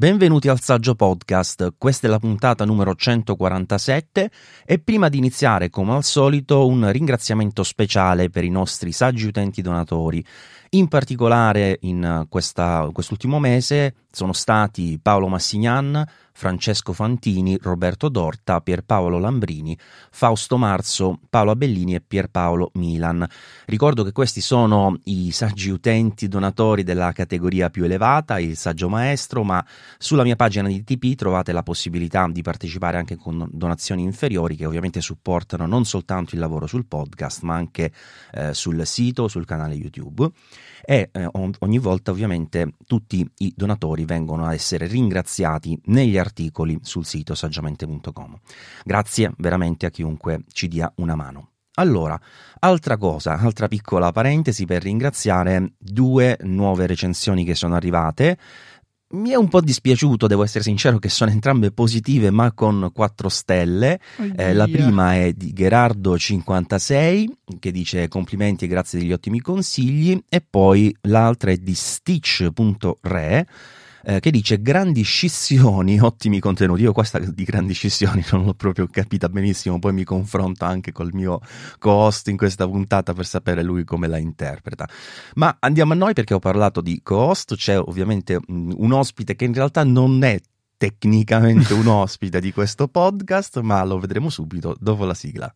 Benvenuti al Saggio Podcast, questa è la puntata numero 147 e prima di iniziare, come al solito, un ringraziamento speciale per i nostri saggi utenti donatori. In particolare in quest'ultimo mese sono stati Paolo Massignan, Francesco Fantini, Roberto Dorta, Pierpaolo Lambrini, Fausto Marzo, Paolo Abellini e Pierpaolo Milan. Ricordo che questi sono i saggi utenti donatori della categoria più elevata, il saggio maestro, ma sulla mia pagina di TP trovate la possibilità di partecipare anche con donazioni inferiori che ovviamente supportano non soltanto il lavoro sul podcast ma anche sul sito, sul canale YouTube. E ogni volta ovviamente tutti i donatori vengono a essere ringraziati negli articoli sul sito saggiamente.com. Grazie veramente a chiunque ci dia una mano. Allora, altra piccola parentesi per ringraziare due nuove recensioni che sono arrivate. Mi è un po' dispiaciuto, devo essere sincero, che sono entrambe positive ma con 4 stelle. La prima è di Gerardo56 che dice complimenti e grazie degli ottimi consigli, e poi l'altra è di Stitch.re che dice grandi scissioni, ottimi contenuti. Io questa di grandi scissioni non l'ho proprio capita benissimo, poi mi confronto anche col mio co-host in questa puntata per sapere lui come la interpreta. Ma andiamo a noi, perché ho parlato di co-host. C'è ovviamente un ospite che in realtà non è tecnicamente un ospite di questo podcast, ma lo vedremo subito dopo la sigla.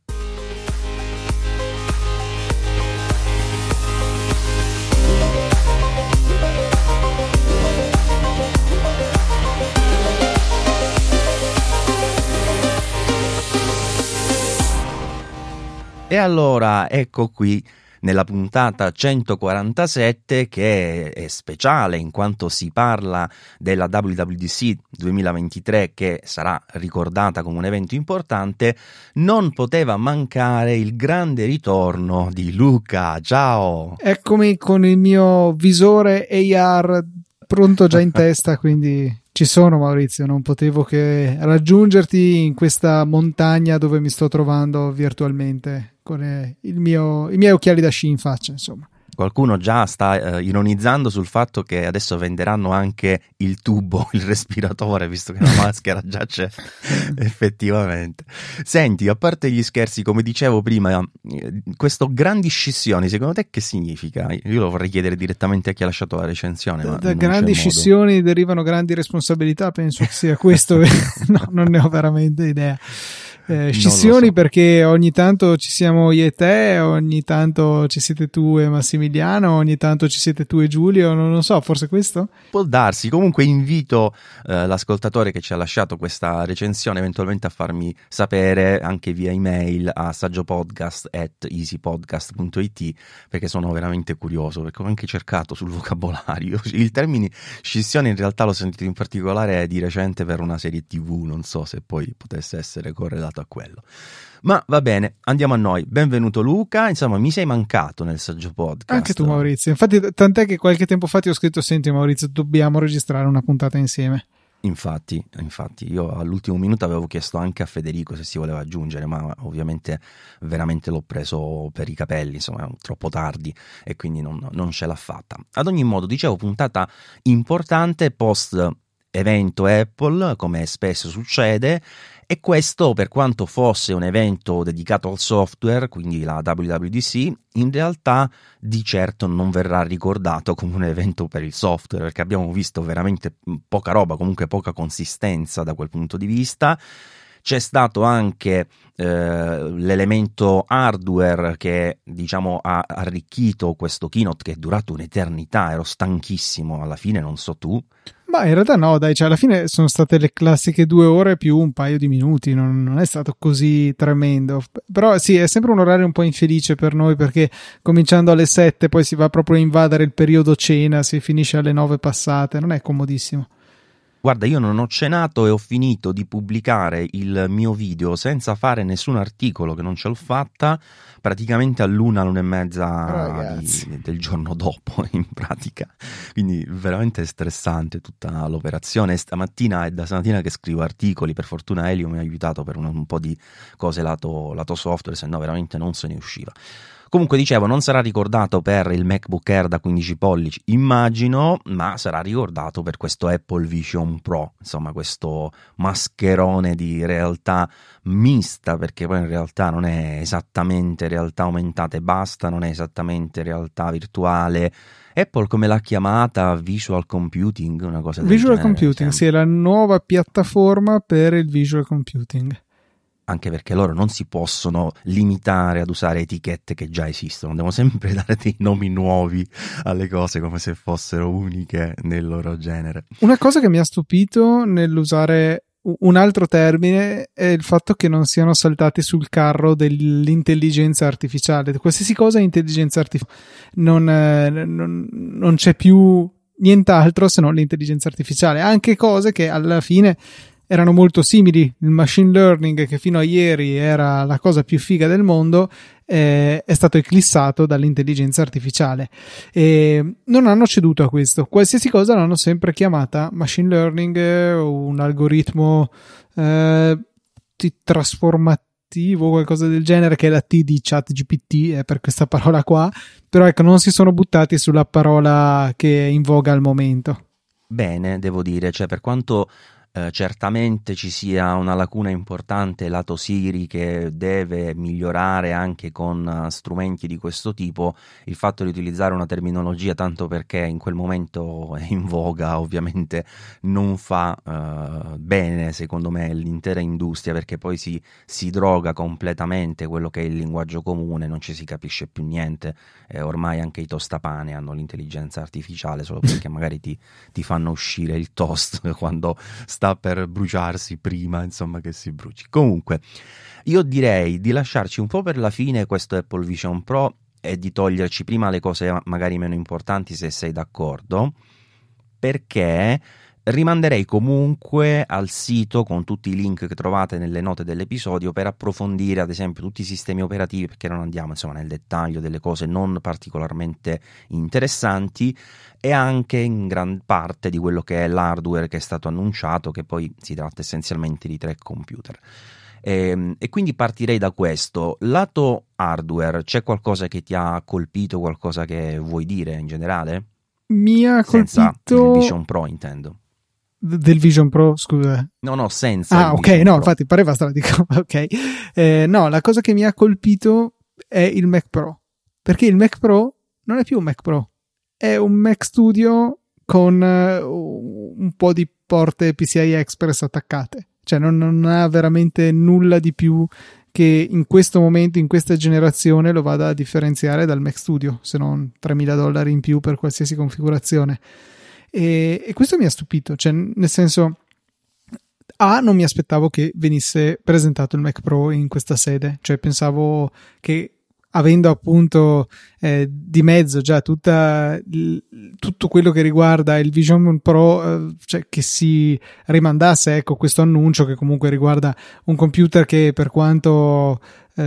E allora ecco qui nella puntata 147, che è speciale in quanto si parla della WWDC 2023, che sarà ricordata come un evento importante. Non poteva mancare il grande ritorno di Luca. Ciao! Eccomi con il mio visore AR pronto già in testa, quindi ci sono, Maurizio, non potevo che raggiungerti in questa montagna dove mi sto trovando virtualmente con i miei occhiali da sci in faccia, insomma. Qualcuno già sta ironizzando sul fatto che adesso venderanno anche il tubo, il respiratore, visto che la maschera già c'è effettivamente. Senti, a parte gli scherzi, come dicevo prima, questo grandi scissioni, secondo te che significa? Io lo vorrei chiedere direttamente a chi ha lasciato la recensione. Ma da grandi scissioni derivano grandi responsabilità, penso che sia questo. No, non ne ho veramente idea. Scissioni so. Perché ogni tanto ci siamo io e te, ogni tanto ci siete tu e Massimiliano, ogni tanto ci siete tu e Giulio, non lo so, forse questo? Può darsi. Comunque invito l'ascoltatore che ci ha lasciato questa recensione eventualmente a farmi sapere anche via email a saggiopodcast@easypodcast.it, perché sono veramente curioso, perché ho anche cercato sul vocabolario il termine scissione. In realtà l'ho sentito in particolare di recente per una serie TV, non so se poi potesse essere correlato a quello, ma va bene, andiamo a noi. Benvenuto Luca, insomma mi sei mancato nel Saggio Podcast. Anche tu, Maurizio, infatti, tant'è che qualche tempo fa ti ho scritto: senti Maurizio, dobbiamo registrare una puntata insieme. Infatti io all'ultimo minuto avevo chiesto anche a Federico se si voleva aggiungere, ma ovviamente veramente l'ho preso per i capelli, insomma troppo tardi e quindi non ce l'ha fatta. Ad ogni modo, dicevo, puntata importante post evento Apple, come spesso succede. E questo, per quanto fosse un evento dedicato al software, quindi la WWDC, in realtà di certo non verrà ricordato come un evento per il software, perché abbiamo visto veramente poca roba, comunque poca consistenza da quel punto di vista. C'è stato anche l'elemento hardware che, diciamo, ha arricchito questo keynote, che è durato un'eternità. Ero stanchissimo alla fine, non so tu. Ma in realtà no, dai, cioè alla fine sono state le classiche 2 ore più un paio di minuti, non è stato così tremendo. Però sì, è sempre un orario un po' infelice per noi, perché cominciando alle 7 poi si va proprio a invadere il periodo cena, si finisce alle 9 passate, non è comodissimo. Guarda, io non ho cenato e ho finito di pubblicare il mio video senza fare nessun articolo, che non ce l'ho fatta, praticamente all'1:30 del giorno dopo, in pratica. Quindi veramente stressante tutta l'operazione. Stamattina è da stamattina che scrivo articoli, per fortuna Elio mi ha aiutato per un po' di cose lato software, se no veramente non se ne usciva. Comunque dicevo, non sarà ricordato per il MacBook Air da 15 pollici, immagino, ma sarà ricordato per questo Apple Vision Pro, insomma questo mascherone di realtà mista, perché poi in realtà non è esattamente realtà aumentata e basta, non è esattamente realtà virtuale. Apple come l'ha chiamata? Visual Computing, una cosa del Visual genere, Computing, sì, è la nuova piattaforma per il Visual Computing. Anche perché loro non si possono limitare ad usare etichette che già esistono, devono sempre dare dei nomi nuovi alle cose come se fossero uniche nel loro genere. Una cosa che mi ha stupito nell'usare un altro termine è il fatto che non siano saltati sul carro dell'intelligenza artificiale. Qualsiasi cosa è intelligenza artificiale, non c'è più nient'altro se non l'intelligenza artificiale. Anche cose che alla fine erano molto simili. Il machine learning, che fino a ieri era la cosa più figa del mondo, è stato eclissato dall'intelligenza artificiale, e non hanno ceduto a questo. Qualsiasi cosa l'hanno sempre chiamata machine learning, un algoritmo trasformativo, qualcosa del genere, che è la T di ChatGPT, per questa parola qua. Però ecco, non si sono buttati sulla parola che è in voga al momento. Bene, devo dire, cioè per quanto certamente ci sia una lacuna importante lato Siri che deve migliorare anche con strumenti di questo tipo, il fatto di utilizzare una terminologia tanto perché in quel momento è in voga ovviamente non fa bene, secondo me, l'intera industria, perché poi si droga completamente quello che è il linguaggio comune, non ci si capisce più niente. Ormai anche i tostapane hanno l'intelligenza artificiale solo perché magari ti fanno uscire il toast quando sta per bruciarsi prima, insomma, che si bruci. Comunque io direi di lasciarci un po' per la fine questo Apple Vision Pro e di toglierci prima le cose magari meno importanti, se sei d'accordo, perché rimanderei comunque al sito con tutti i link che trovate nelle note dell'episodio per approfondire ad esempio tutti i sistemi operativi, perché non andiamo insomma nel dettaglio delle cose non particolarmente interessanti, e anche in gran parte di quello che è l'hardware che è stato annunciato, che poi si tratta essenzialmente di 3 computer. E quindi partirei da questo. Lato hardware, c'è qualcosa che ti ha colpito, qualcosa che vuoi dire in generale? Mi ha Senza colpito il Vision Pro, intendo. Del Vision Pro, scusa. No, senza il ok, Vision no, Pro. infatti pareva strano, dico, ok. No, la cosa che mi ha colpito è il Mac Pro, perché il Mac Pro non è più un Mac Pro, è un Mac Studio con un po' di porte PCI Express attaccate, cioè non ha veramente nulla di più che in questo momento, in questa generazione, lo vada a differenziare dal Mac Studio, se non $3.000 in più per qualsiasi configurazione. E questo mi ha stupito, cioè nel senso, non mi aspettavo che venisse presentato il Mac Pro in questa sede, cioè pensavo che, avendo appunto di mezzo già tutto quello che riguarda il Vision Pro, cioè che si rimandasse, ecco, questo annuncio che comunque riguarda un computer che, per quanto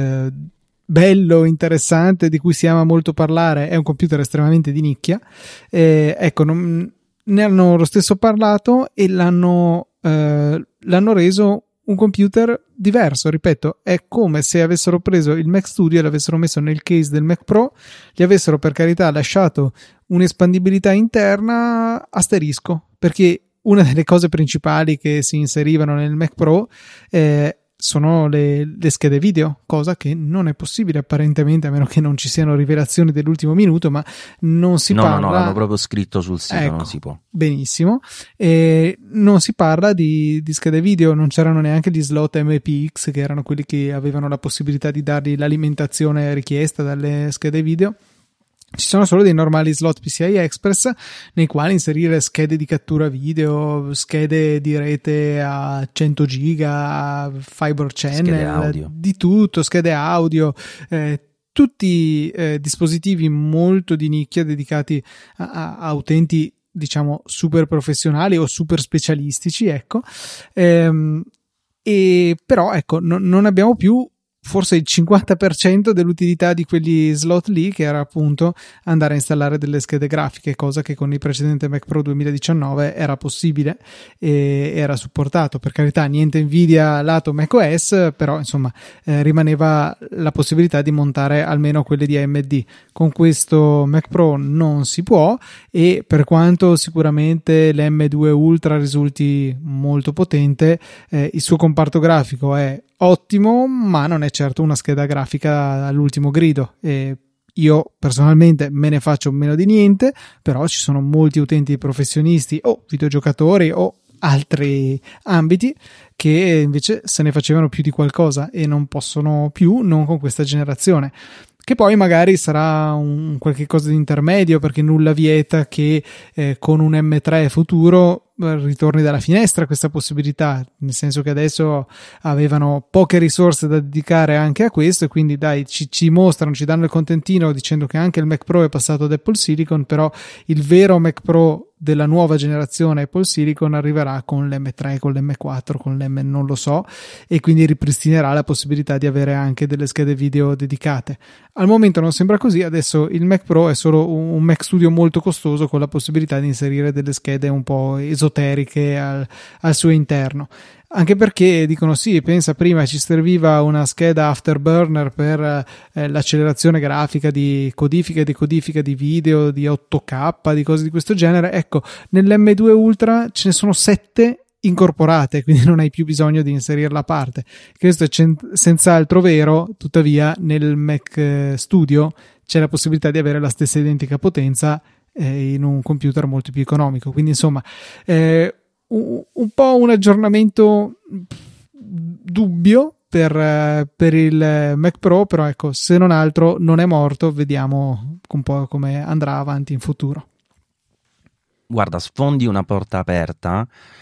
bello, interessante, di cui si ama molto parlare, è un computer estremamente di nicchia. Ecco, ne hanno lo stesso parlato e l'hanno reso un computer diverso. Ripeto, è come se avessero preso il Mac Studio e l'avessero messo nel case del Mac Pro, gli avessero per carità lasciato un'espandibilità interna asterisco, perché una delle cose principali che si inserivano nel Mac Pro sono le schede video, cosa che non è possibile apparentemente, a meno che non ci siano rivelazioni dell'ultimo minuto, ma non si parla... No, l'hanno proprio scritto sul sito, ecco, non si può. Benissimo. Non si parla di schede video, non c'erano neanche gli slot MPX, che erano quelli che avevano la possibilità di dargli l'alimentazione richiesta dalle schede video. Ci sono solo dei normali slot PCI Express nei quali inserire schede di cattura video, schede di rete a 100 giga, fiber channel, di tutto, schede audio, tutti dispositivi molto di nicchia dedicati a utenti, diciamo, super professionali o super specialistici, ecco. E però ecco, non abbiamo più forse il 50% dell'utilità di quegli slot lì, che era appunto andare a installare delle schede grafiche, cosa che con il precedente Mac Pro 2019 era possibile e era supportato. Per carità, niente Nvidia lato macOS, però insomma rimaneva la possibilità di montare almeno quelle di AMD. Con questo Mac Pro non si può, e per quanto sicuramente l'M2 Ultra risulti molto potente, il suo comparto grafico è ottimo, ma non è certo una scheda grafica all'ultimo grido. Io personalmente me ne faccio meno di niente, però ci sono molti utenti professionisti o videogiocatori o altri ambiti che invece se ne facevano più di qualcosa e non possono più, non con questa generazione. Che poi magari sarà un qualche cosa di intermedio, perché nulla vieta che con un M3 futuro ritorni dalla finestra questa possibilità, nel senso che adesso avevano poche risorse da dedicare anche a questo, e quindi dai, ci mostrano, ci danno il contentino dicendo che anche il Mac Pro è passato ad Apple Silicon, però il vero Mac Pro della nuova generazione Apple Silicon arriverà con l'M3, con l'M4, con l'M non lo so, e quindi ripristinerà la possibilità di avere anche delle schede video dedicate. Al momento non sembra così, adesso il Mac Pro è solo un Mac Studio molto costoso con la possibilità di inserire delle schede un po' esoteriche al suo interno. Anche perché dicono sì, pensa, prima ci serviva una scheda Afterburner per l'accelerazione grafica di codifica e decodifica di video, di 8K, di cose di questo genere. Ecco, nell'M2 Ultra ce ne sono 7 incorporate, quindi non hai più bisogno di inserirla a parte. Questo è senz'altro vero, tuttavia nel Mac Studio c'è la possibilità di avere la stessa identica potenza in un computer molto più economico. Quindi insomma un po' un aggiornamento dubbio per il Mac Pro, però ecco, se non altro non è morto, vediamo un po' come andrà avanti in futuro. Guarda, sfondi una porta aperta.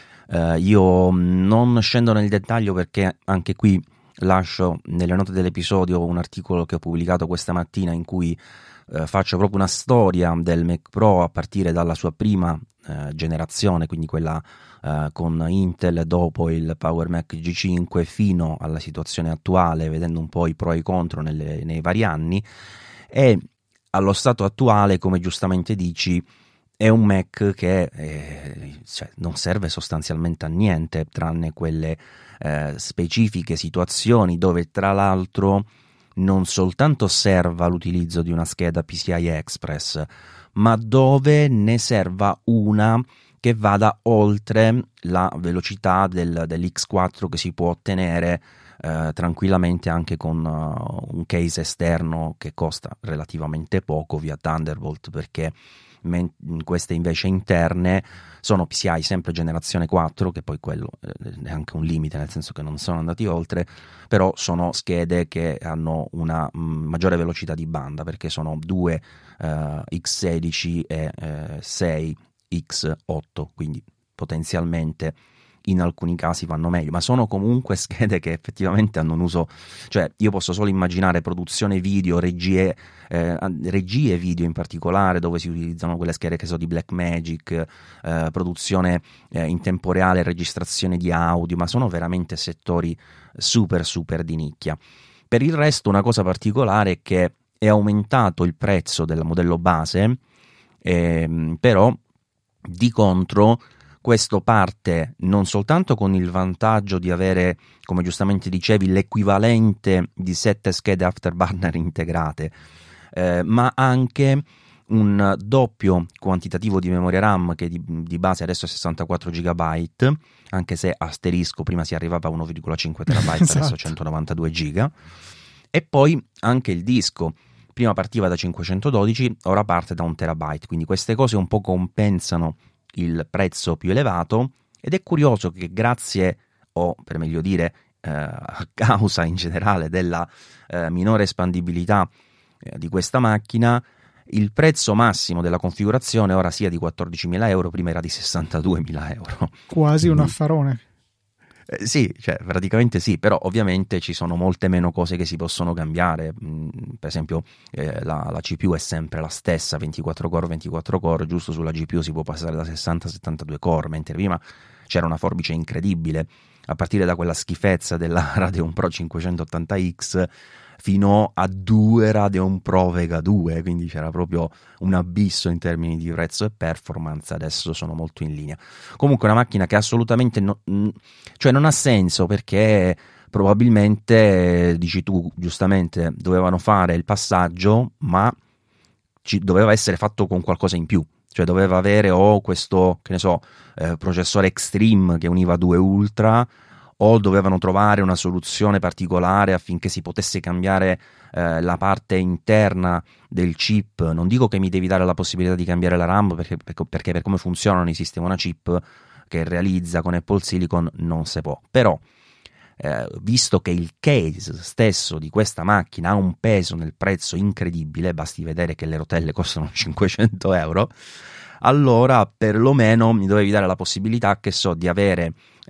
Io non scendo nel dettaglio perché anche qui lascio nelle note dell'episodio un articolo che ho pubblicato questa mattina in cui faccio proprio una storia del Mac Pro a partire dalla sua prima generazione, quindi quella con Intel dopo il Power Mac G5 fino alla situazione attuale, vedendo un po' i pro e i contro nei vari anni. E allo stato attuale, come giustamente dici, è un Mac che non serve sostanzialmente a niente, tranne quelle specifiche situazioni dove tra l'altro non soltanto serva l'utilizzo di una scheda PCI Express, ma dove ne serva una che vada oltre la velocità dell'X4 che si può ottenere tranquillamente anche con un case esterno che costa relativamente poco via Thunderbolt, perché queste invece interne sono PCI sempre generazione 4, che poi quello è anche un limite, nel senso che non sono andati oltre, però sono schede che hanno una maggiore velocità di banda, perché sono 2 X16 e 6 X8, quindi potenzialmente in alcuni casi vanno meglio, ma sono comunque schede che effettivamente hanno un uso, cioè io posso solo immaginare produzione video, regie video in particolare, dove si utilizzano quelle schede che so di Blackmagic, produzione in tempo reale, registrazione di audio, ma sono veramente settori super di nicchia. Per il resto una cosa particolare è che è aumentato il prezzo del modello base, però di contro questo parte non soltanto con il vantaggio di avere, come giustamente dicevi, l'equivalente di 7 schede Afterburner integrate, ma anche un doppio quantitativo di memoria RAM che di base adesso è 64 GB, anche se asterisco, prima si arrivava a 1,5 TB, Esatto. adesso 192 GB, e poi anche il disco. Prima partiva da 512, ora parte da 1 TB, quindi queste cose un po' compensano il prezzo più elevato, ed è curioso che grazie, o per meglio dire a causa in generale della minore espandibilità di questa macchina, il prezzo massimo della configurazione ora sia di 14.000 euro, prima era di 62.000 euro. Quasi un affarone. Sì, cioè praticamente sì, però ovviamente ci sono molte meno cose che si possono cambiare. Per esempio la CPU è sempre la stessa, 24 core, giusto sulla GPU si può passare da 60 a 72 core, mentre prima c'era una forbice incredibile, a partire da quella schifezza della Radeon Pro 580X fino a 2 Radeon Pro Vega 2, quindi c'era proprio un abisso in termini di prezzo e performance. Adesso sono molto in linea. Comunque una macchina che assolutamente cioè non ha senso, perché probabilmente, dici tu giustamente, dovevano fare il passaggio, ma doveva essere fatto con qualcosa in più, cioè doveva avere o questo, che ne so, processore Extreme che univa 2 Ultra, o dovevano trovare una soluzione particolare affinché si potesse cambiare la parte interna del chip. Non dico che mi devi dare la possibilità di cambiare la RAM, perché per come funzionano i sistemi una chip che realizza con Apple Silicon non si può, però visto che il case stesso di questa macchina ha un peso nel prezzo incredibile, basti vedere che le rotelle costano 500 euro, allora perlomeno mi dovevi dare la possibilità, che so, di avere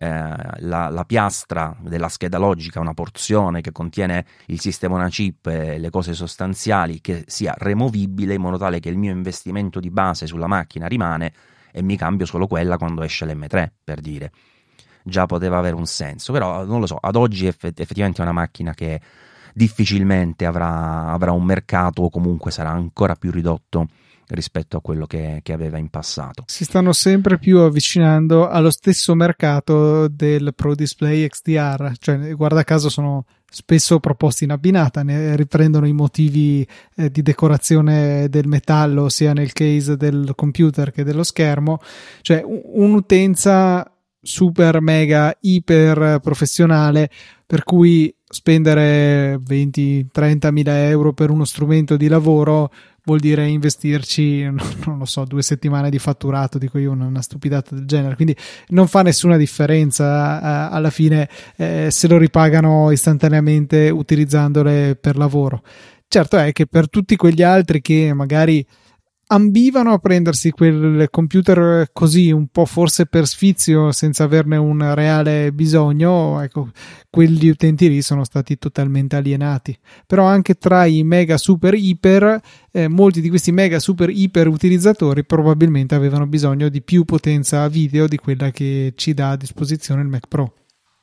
la piastra della scheda logica, una porzione che contiene il sistema una chip e le cose sostanziali, che sia removibile, in modo tale che il mio investimento di base sulla macchina rimane e mi cambio solo quella quando esce l'M3, per dire. Già poteva avere un senso, però non lo so, ad oggi effettivamente è una macchina che difficilmente avrà un mercato, o comunque sarà ancora più ridotto rispetto a quello che aveva in passato. Si stanno sempre più avvicinando allo stesso mercato del Pro Display XDR, cioè guarda caso sono spesso proposti in abbinata, ne riprendono i motivi di decorazione del metallo sia nel case del computer che dello schermo, cioè un'utenza super mega iper professionale, per cui spendere 20-30 mila euro per uno strumento di lavoro vuol dire investirci, non lo so, 2 settimane di fatturato, dico io, una stupidata del genere, quindi non fa nessuna differenza alla fine se lo ripagano istantaneamente utilizzandole per lavoro. Certo è che per tutti quegli altri che magari ambivano a prendersi quel computer così, un po' forse per sfizio, senza averne un reale bisogno, ecco, quegli utenti lì sono stati totalmente alienati. Però anche tra i mega super iper, molti di questi mega super iper utilizzatori probabilmente avevano bisogno di più potenza video di quella che ci dà a disposizione il Mac Pro.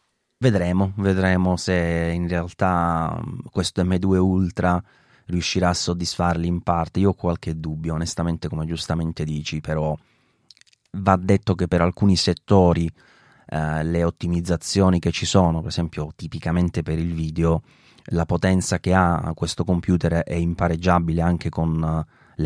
Vedremo se in realtà questo M2 Ultra riuscirà a soddisfarli in parte. Io ho qualche dubbio, onestamente, come giustamente dici, però va detto che per alcuni settori le ottimizzazioni che ci sono, per esempio tipicamente per il video, la potenza che ha questo computer è impareggiabile anche con le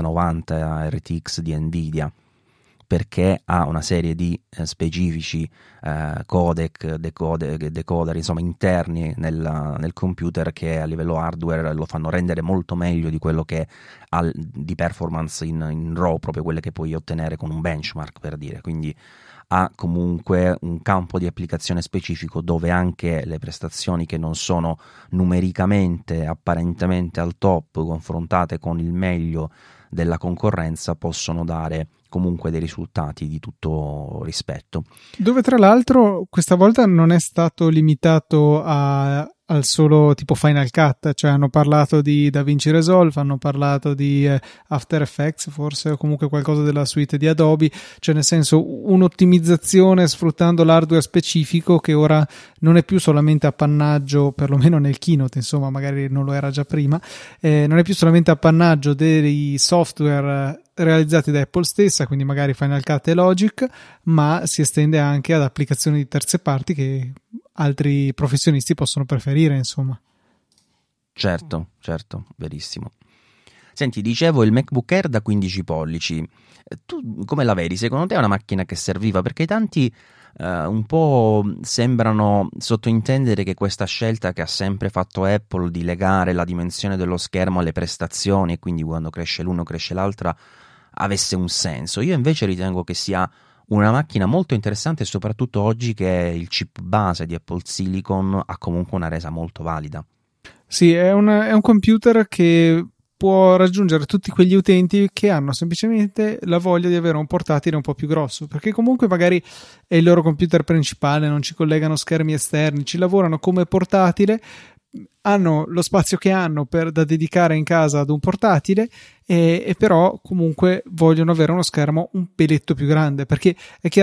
4090 RTX di Nvidia, perché ha una serie di specifici codec, decoder, insomma interni nel computer, che a livello hardware lo fanno rendere molto meglio di quello che ha di performance in RAW, proprio quelle che puoi ottenere con un benchmark, per dire. Quindi ha comunque un campo di applicazione specifico dove anche le prestazioni che non sono numericamente apparentemente al top, confrontate con il meglio della concorrenza, possono dare comunque dei risultati di tutto rispetto. Dove tra l'altro questa volta non è stato limitato al solo tipo Final Cut, cioè hanno parlato di DaVinci Resolve, hanno parlato di After Effects forse, o comunque qualcosa della suite di Adobe, cioè nel senso un'ottimizzazione sfruttando l'hardware specifico che ora non è più solamente appannaggio, perlomeno nel Keynote, insomma magari non lo era già prima, non è più solamente appannaggio dei software realizzati da Apple stessa, quindi magari Final Cut e Logic, ma si estende anche ad applicazioni di terze parti che altri professionisti possono preferire, insomma. Certo, verissimo. Senti, dicevo il MacBook Air da 15 pollici, tu come la vedi? Secondo te è una macchina che serviva? Perché tanti un po' sembrano sottointendere che questa scelta che ha sempre fatto Apple di legare la dimensione dello schermo alle prestazioni, e quindi quando cresce l'uno cresce l'altra, avesse un senso. Io invece ritengo che sia una macchina molto interessante, e soprattutto oggi che il chip base di Apple Silicon ha comunque una resa molto valida. Sì, è un computer che può raggiungere tutti quegli utenti che hanno semplicemente la voglia di avere un portatile un po' più grosso, perché comunque magari è il loro computer principale, non ci collegano schermi esterni, ci lavorano come portatile, hanno lo spazio che hanno da dedicare in casa ad un portatile, e però comunque vogliono avere uno schermo un peletto più grande, perché è chiaro che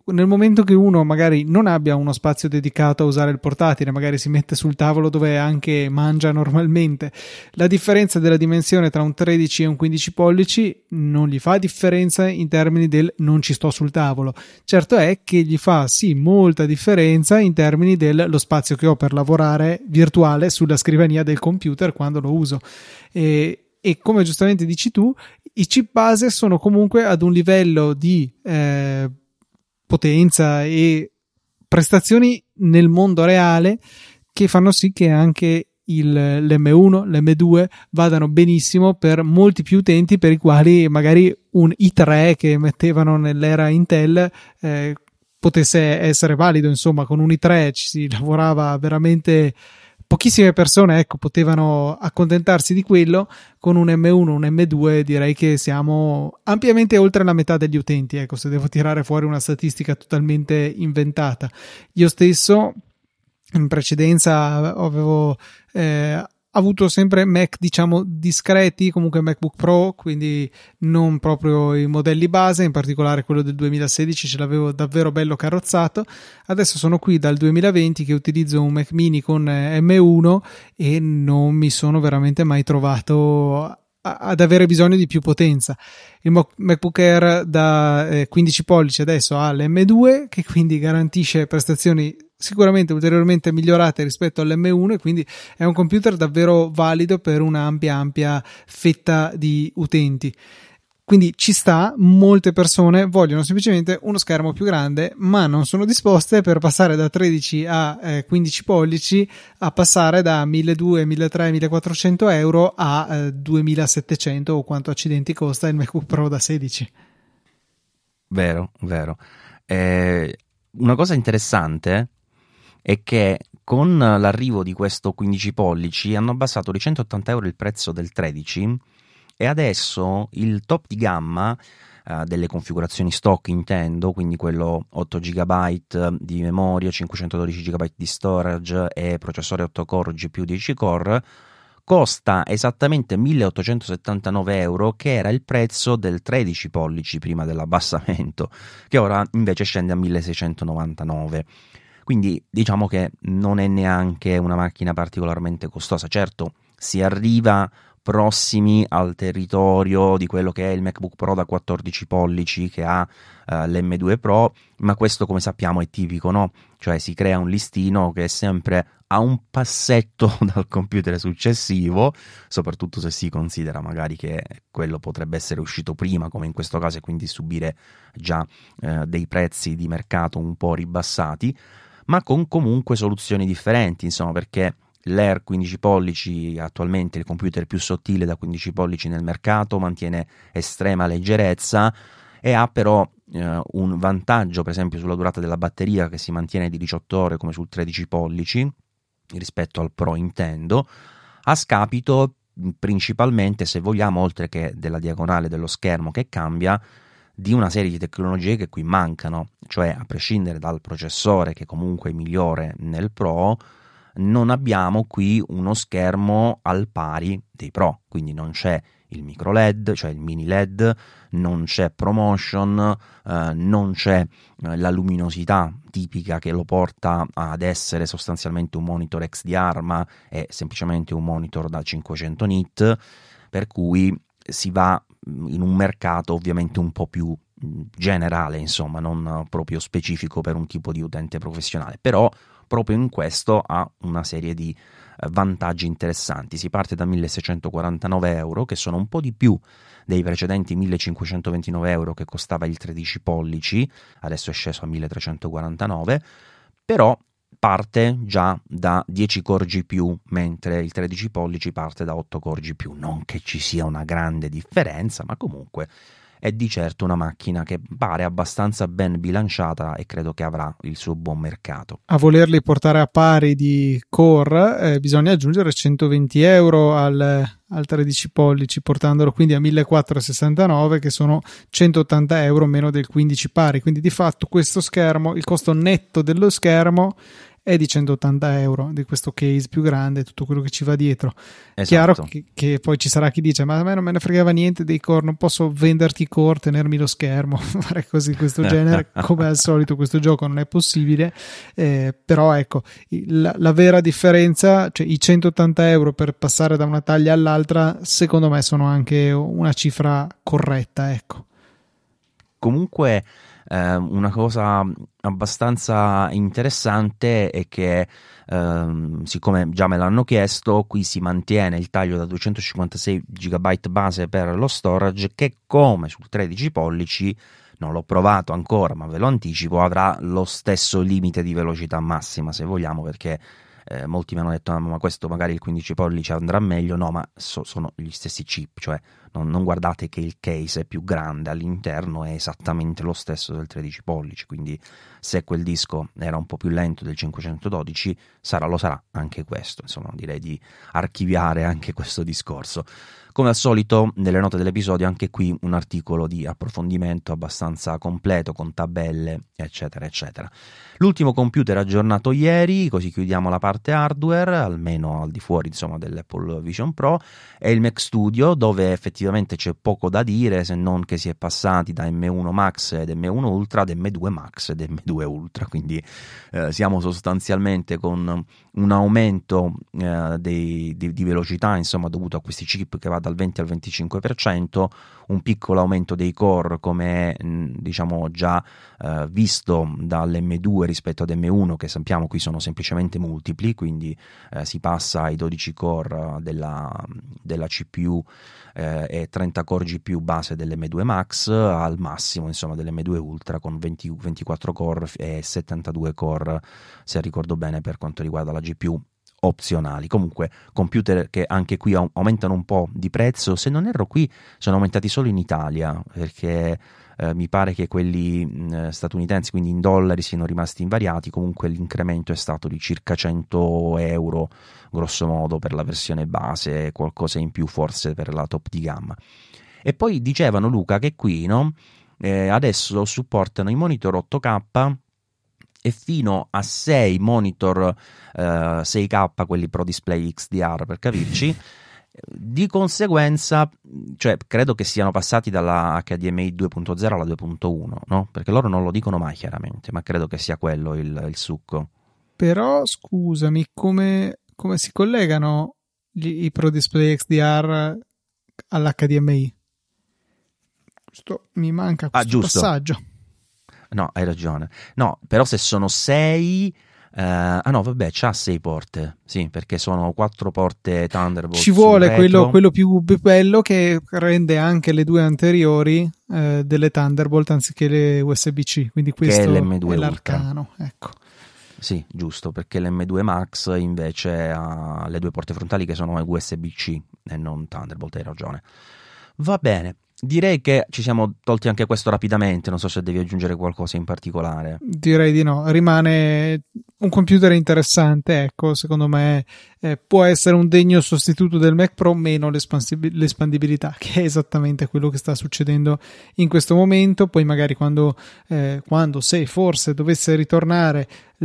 nel momento che uno magari non abbia uno spazio dedicato a usare il portatile, magari si mette sul tavolo dove anche mangia normalmente, la differenza della dimensione tra un 13 e un 15 pollici non gli fa differenza in termini del non ci sto sul tavolo. Certo è che gli fa sì molta differenza in termini dello spazio che ho per lavorare virtuale sulla scrivania del computer quando lo uso. E come giustamente dici tu, i chip base sono comunque ad un livello di potenza e prestazioni nel mondo reale che fanno sì che anche l'M1, l'M2 vadano benissimo per molti più utenti per i quali magari un i3 che mettevano nell'era Intel potesse essere valido. Insomma, con un i3 ci si lavorava veramente, pochissime persone, ecco, potevano accontentarsi di quello. Con un M1, un M2 direi che siamo ampiamente oltre la metà degli utenti, ecco, se devo tirare fuori una statistica totalmente inventata. Io stesso in precedenza avevo avuto sempre Mac, diciamo, discreti, comunque MacBook Pro, quindi non proprio i modelli base, in particolare quello del 2016 ce l'avevo davvero bello carrozzato. Adesso sono qui dal 2020 che utilizzo un Mac mini con M1 e non mi sono veramente mai trovato ad avere bisogno di più potenza. Il MacBook Air da 15 pollici adesso ha l'M2 che quindi garantisce prestazioni sicuramente ulteriormente migliorate rispetto all'M1 e quindi è un computer davvero valido per una ampia fetta di utenti. Quindi ci sta, molte persone vogliono semplicemente uno schermo più grande, ma non sono disposte per passare da 13 a 15 pollici a passare da 1.200, 1.300, 1.400 euro a 2.700 o quanto accidenti costa il MacBook Pro da 16. Vero. Una cosa interessante è che con l'arrivo di questo 15 pollici hanno abbassato di 180 euro il prezzo del 13 e adesso il top di gamma delle configurazioni stock intendo, quindi quello 8 GB di memoria, 512 GB di storage e processore 8 core GPU 10 core, costa esattamente 1.879 euro, che era il prezzo del 13 pollici prima dell'abbassamento, che ora invece scende a 1.699. Quindi diciamo che non è neanche una macchina particolarmente costosa. Certo, si arriva prossimi al territorio di quello che è il MacBook Pro da 14 pollici che ha l'M2 Pro, ma questo, come sappiamo, è tipico, no? Cioè si crea un listino che è sempre a un passetto dal computer successivo, soprattutto se si considera magari che quello potrebbe essere uscito prima, come in questo caso, e quindi subire già dei prezzi di mercato un po' ribassati, ma con comunque soluzioni differenti, insomma, perché l'Air 15 pollici attualmente il computer più sottile da 15 pollici nel mercato, mantiene estrema leggerezza e ha però un vantaggio, per esempio, sulla durata della batteria, che si mantiene di 18 ore come sul 13 pollici rispetto al Pro, intendo, a scapito principalmente, se vogliamo, oltre che della diagonale dello schermo che cambia, di una serie di tecnologie che qui mancano, cioè a prescindere dal processore che comunque è migliore nel Pro, non abbiamo qui uno schermo al pari dei Pro, quindi non c'è il micro LED, cioè il mini LED, non c'è ProMotion, non c'è la luminosità tipica che lo porta ad essere sostanzialmente un monitor XDR, ma è semplicemente un monitor da 500 nit, per cui si va in un mercato ovviamente un po' più generale, insomma, non proprio specifico per un tipo di utente professionale, però proprio in questo ha una serie di vantaggi interessanti. Si parte da 1.649 euro, che sono un po' di più dei precedenti 1.529 euro che costava il 13 pollici, adesso è sceso a 1.349, però parte già da 10 core GPU, mentre il 13 pollici parte da 8 core GPU. Non che ci sia una grande differenza, ma comunque è di certo una macchina che pare abbastanza ben bilanciata e credo che avrà il suo buon mercato. A volerli portare a pari di core bisogna aggiungere 120 euro al 13 pollici, portandolo quindi a 1.469, che sono 180 euro meno del 15 pari. Quindi di fatto questo schermo, il costo netto dello schermo è di 180 euro, di questo case più grande, tutto quello che ci va dietro. Esatto. Chiaro che poi ci sarà chi dice ma a me non me ne fregava niente dei core, non posso venderti core, tenermi lo schermo, fare cose di questo genere. Come al solito questo gioco non è possibile, però ecco, la vera differenza, cioè i 180 euro per passare da una taglia all'altra, secondo me sono anche una cifra corretta, ecco. Comunque una cosa abbastanza interessante è che siccome già me l'hanno chiesto, qui si mantiene il taglio da 256 GB base per lo storage, che come sul 13 pollici, non l'ho provato ancora ma ve lo anticipo, avrà lo stesso limite di velocità massima, se vogliamo, perché molti mi hanno detto ma questo magari il 15 pollici andrà meglio. No, ma sono gli stessi chip, cioè non guardate che il case è più grande, all'interno è esattamente lo stesso del 13 pollici, quindi se quel disco era un po' più lento del 512 lo sarà anche questo. Insomma, direi di archiviare anche questo discorso. Come al solito nelle note dell'episodio anche qui un articolo di approfondimento abbastanza completo con tabelle eccetera eccetera. L'ultimo computer aggiornato ieri, così chiudiamo la parte hardware, almeno al di fuori insomma dell'Apple Vision Pro, è il Mac Studio, dove effettivamente c'è poco da dire, se non che si è passati da M1 Max ed M1 Ultra ad M2 Max ed M2 Ultra, quindi siamo sostanzialmente con un aumento di velocità insomma dovuto a questi chip che va dal 20 al 25%, un piccolo aumento dei core come diciamo già visto dall'M2 rispetto ad M1, che sappiamo qui sono semplicemente multipli, quindi si passa ai 12 core della CPU e 30 core GPU base dell'M2 Max al massimo insomma dell'M2 Ultra con 24 core e 72 core, se ricordo bene, per quanto riguarda la GPU opzionali. Comunque computer che anche qui aumentano un po' di prezzo, se non erro qui sono aumentati solo in Italia, perché mi pare che quelli statunitensi, quindi in dollari, siano rimasti invariati. Comunque l'incremento è stato di circa 100 euro grosso modo per la versione base, qualcosa in più forse per la top di gamma. E poi dicevano, Luca, che qui no, adesso supportano i monitor 8K e fino a 6 monitor 6K, quelli Pro Display XDR per capirci. Di conseguenza, cioè credo che siano passati dalla HDMI 2.0 alla 2.1, no? Perché loro non lo dicono mai chiaramente, ma credo che sia quello il succo. Però scusami, come si collegano i Pro Display XDR all'HDMI? Mi manca questo passaggio. No, hai ragione. No, però se sono 6... no, vabbè, c'ha 6 porte. Sì, perché sono 4 porte Thunderbolt. Ci vuole quello più bello, che rende anche le due anteriori delle Thunderbolt anziché le USB-C. Quindi questo è l'M2 è l'arcano. Ecco. Sì, giusto, perché l'M2 Max invece ha le due porte frontali che sono USB-C e non Thunderbolt, hai ragione. Va bene. Direi che ci siamo tolti anche questo rapidamente, non so se devi aggiungere qualcosa in particolare. Direi di no, rimane un computer interessante, ecco, secondo me può essere un degno sostituto del Mac Pro, meno l'espandibilità, che è esattamente quello che sta succedendo in questo momento. Poi magari se forse dovesse ritornare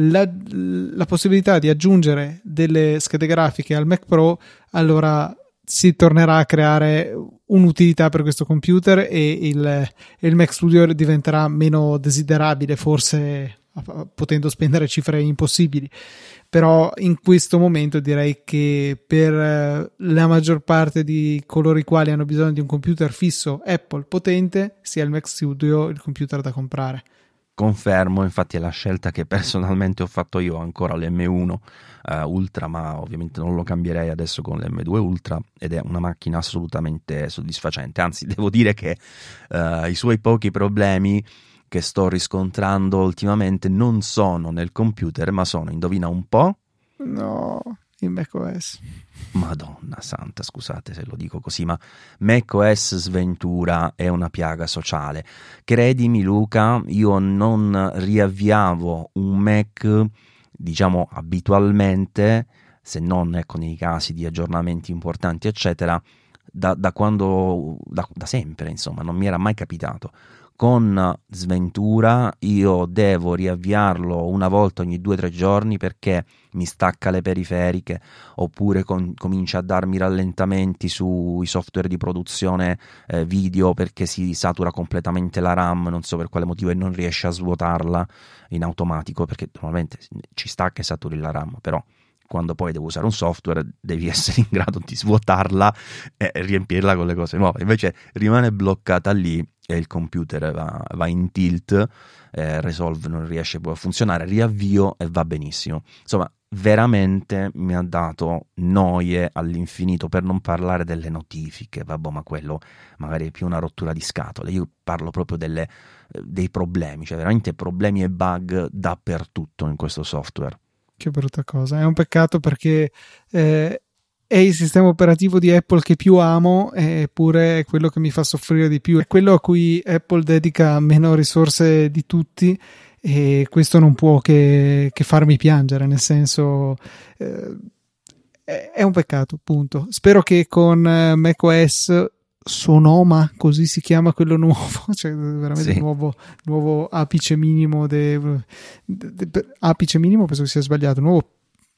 la possibilità di aggiungere delle schede grafiche al Mac Pro, allora si tornerà a creare un'utilità per questo computer e il Mac Studio diventerà meno desiderabile, forse potendo spendere cifre impossibili. Però in questo momento direi che per la maggior parte di coloro i quali hanno bisogno di un computer fisso Apple potente, sia il Mac Studio il computer da comprare. Confermo, infatti è la scelta che personalmente ho fatto io, ancora l'M1 Ultra, ma ovviamente non lo cambierei adesso con l'M2 Ultra, ed è una macchina assolutamente soddisfacente. Anzi, devo dire che i suoi pochi problemi che sto riscontrando ultimamente non sono nel computer, ma sono, indovina un po'? No, in macOS. Madonna santa, scusate se lo dico così, ma macOS sventura è una piaga sociale. Credimi Luca, io non riavviavo un Mac, diciamo abitualmente, se non ecco nei casi di aggiornamenti importanti eccetera, da sempre, insomma, non mi era mai capitato. Con sventura io devo riavviarlo una volta ogni 2 o 3 giorni perché mi stacca le periferiche, oppure comincia a darmi rallentamenti sui software di produzione video perché si satura completamente la RAM, non so per quale motivo, e non riesce a svuotarla in automatico, perché normalmente ci sta che saturi la RAM, però quando poi devo usare un software devi essere in grado di svuotarla e riempirla con le cose nuove. Invece rimane bloccata lì e il computer va in tilt, Resolve non riesce poi a funzionare, riavvio e va benissimo. Insomma, veramente mi ha dato noie all'infinito, per non parlare delle notifiche. Vabbè, ma quello magari è più una rottura di scatole. Io parlo proprio dei problemi, cioè veramente problemi e bug dappertutto in questo software. Che brutta cosa, è un peccato perché è il sistema operativo di Apple che più amo, eppure è quello che mi fa soffrire di più, è quello a cui Apple dedica meno risorse di tutti, e questo non può che farmi piangere, nel senso è un peccato, punto. Spero che con macOS Sonoma, così si chiama quello nuovo, cioè veramente Sì. nuovo apice minimo apice minimo, penso che sia sbagliato, nuovo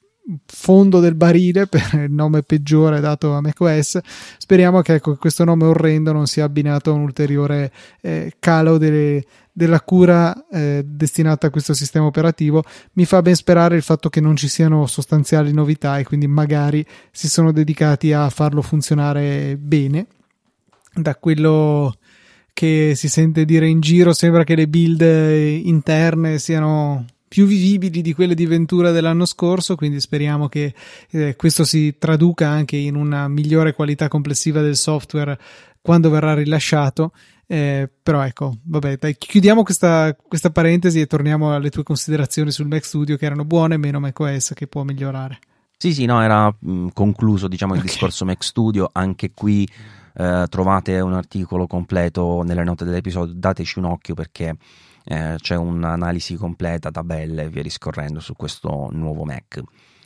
fondo del barile per il nome peggiore dato a macOS. Speriamo che questo nome orrendo non sia abbinato a un ulteriore calo della cura destinata a questo sistema operativo. Mi fa ben sperare il fatto che non ci siano sostanziali novità e quindi magari si sono dedicati a farlo funzionare bene. Da quello che si sente dire in giro sembra che le build interne siano più vivibili di quelle di Ventura dell'anno scorso, quindi speriamo che questo si traduca anche in una migliore qualità complessiva del software quando verrà rilasciato. Però ecco, vabbè, dai, chiudiamo questa parentesi e torniamo alle tue considerazioni sul Mac Studio, che erano buone, meno macOS che può migliorare. Sì, no, era concluso, diciamo, il discorso Mac Studio. Anche qui trovate un articolo completo nelle note dell'episodio, dateci un occhio perché c'è un'analisi completa, tabelle e via discorrendo su questo nuovo Mac.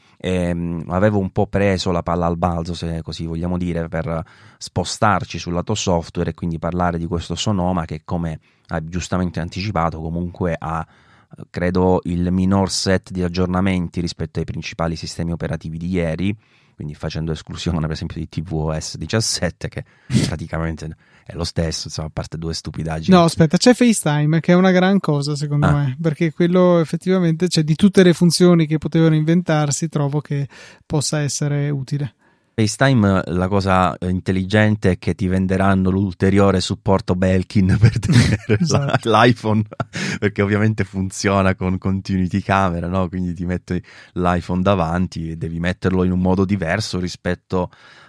Avevo un po' preso la palla al balzo, se così vogliamo dire, per spostarci sul lato software e quindi parlare di questo Sonoma che, come hai giustamente anticipato, comunque ha, credo, il minor set di aggiornamenti rispetto ai principali sistemi operativi di ieri, quindi facendo esclusione per esempio di tvOS 17, che praticamente è lo stesso, insomma, a parte 2 stupidaggini. No, aspetta, c'è FaceTime, che è una gran cosa secondo me, perché quello effettivamente, cioè, di tutte le funzioni che potevano inventarsi, trovo che possa essere utile. FaceTime, la cosa intelligente è che ti venderanno l'ulteriore supporto Belkin per tenere Esatto. l'iPhone, perché ovviamente funziona con continuity camera, no? Quindi ti metti l'iPhone davanti e devi metterlo in un modo diverso rispetto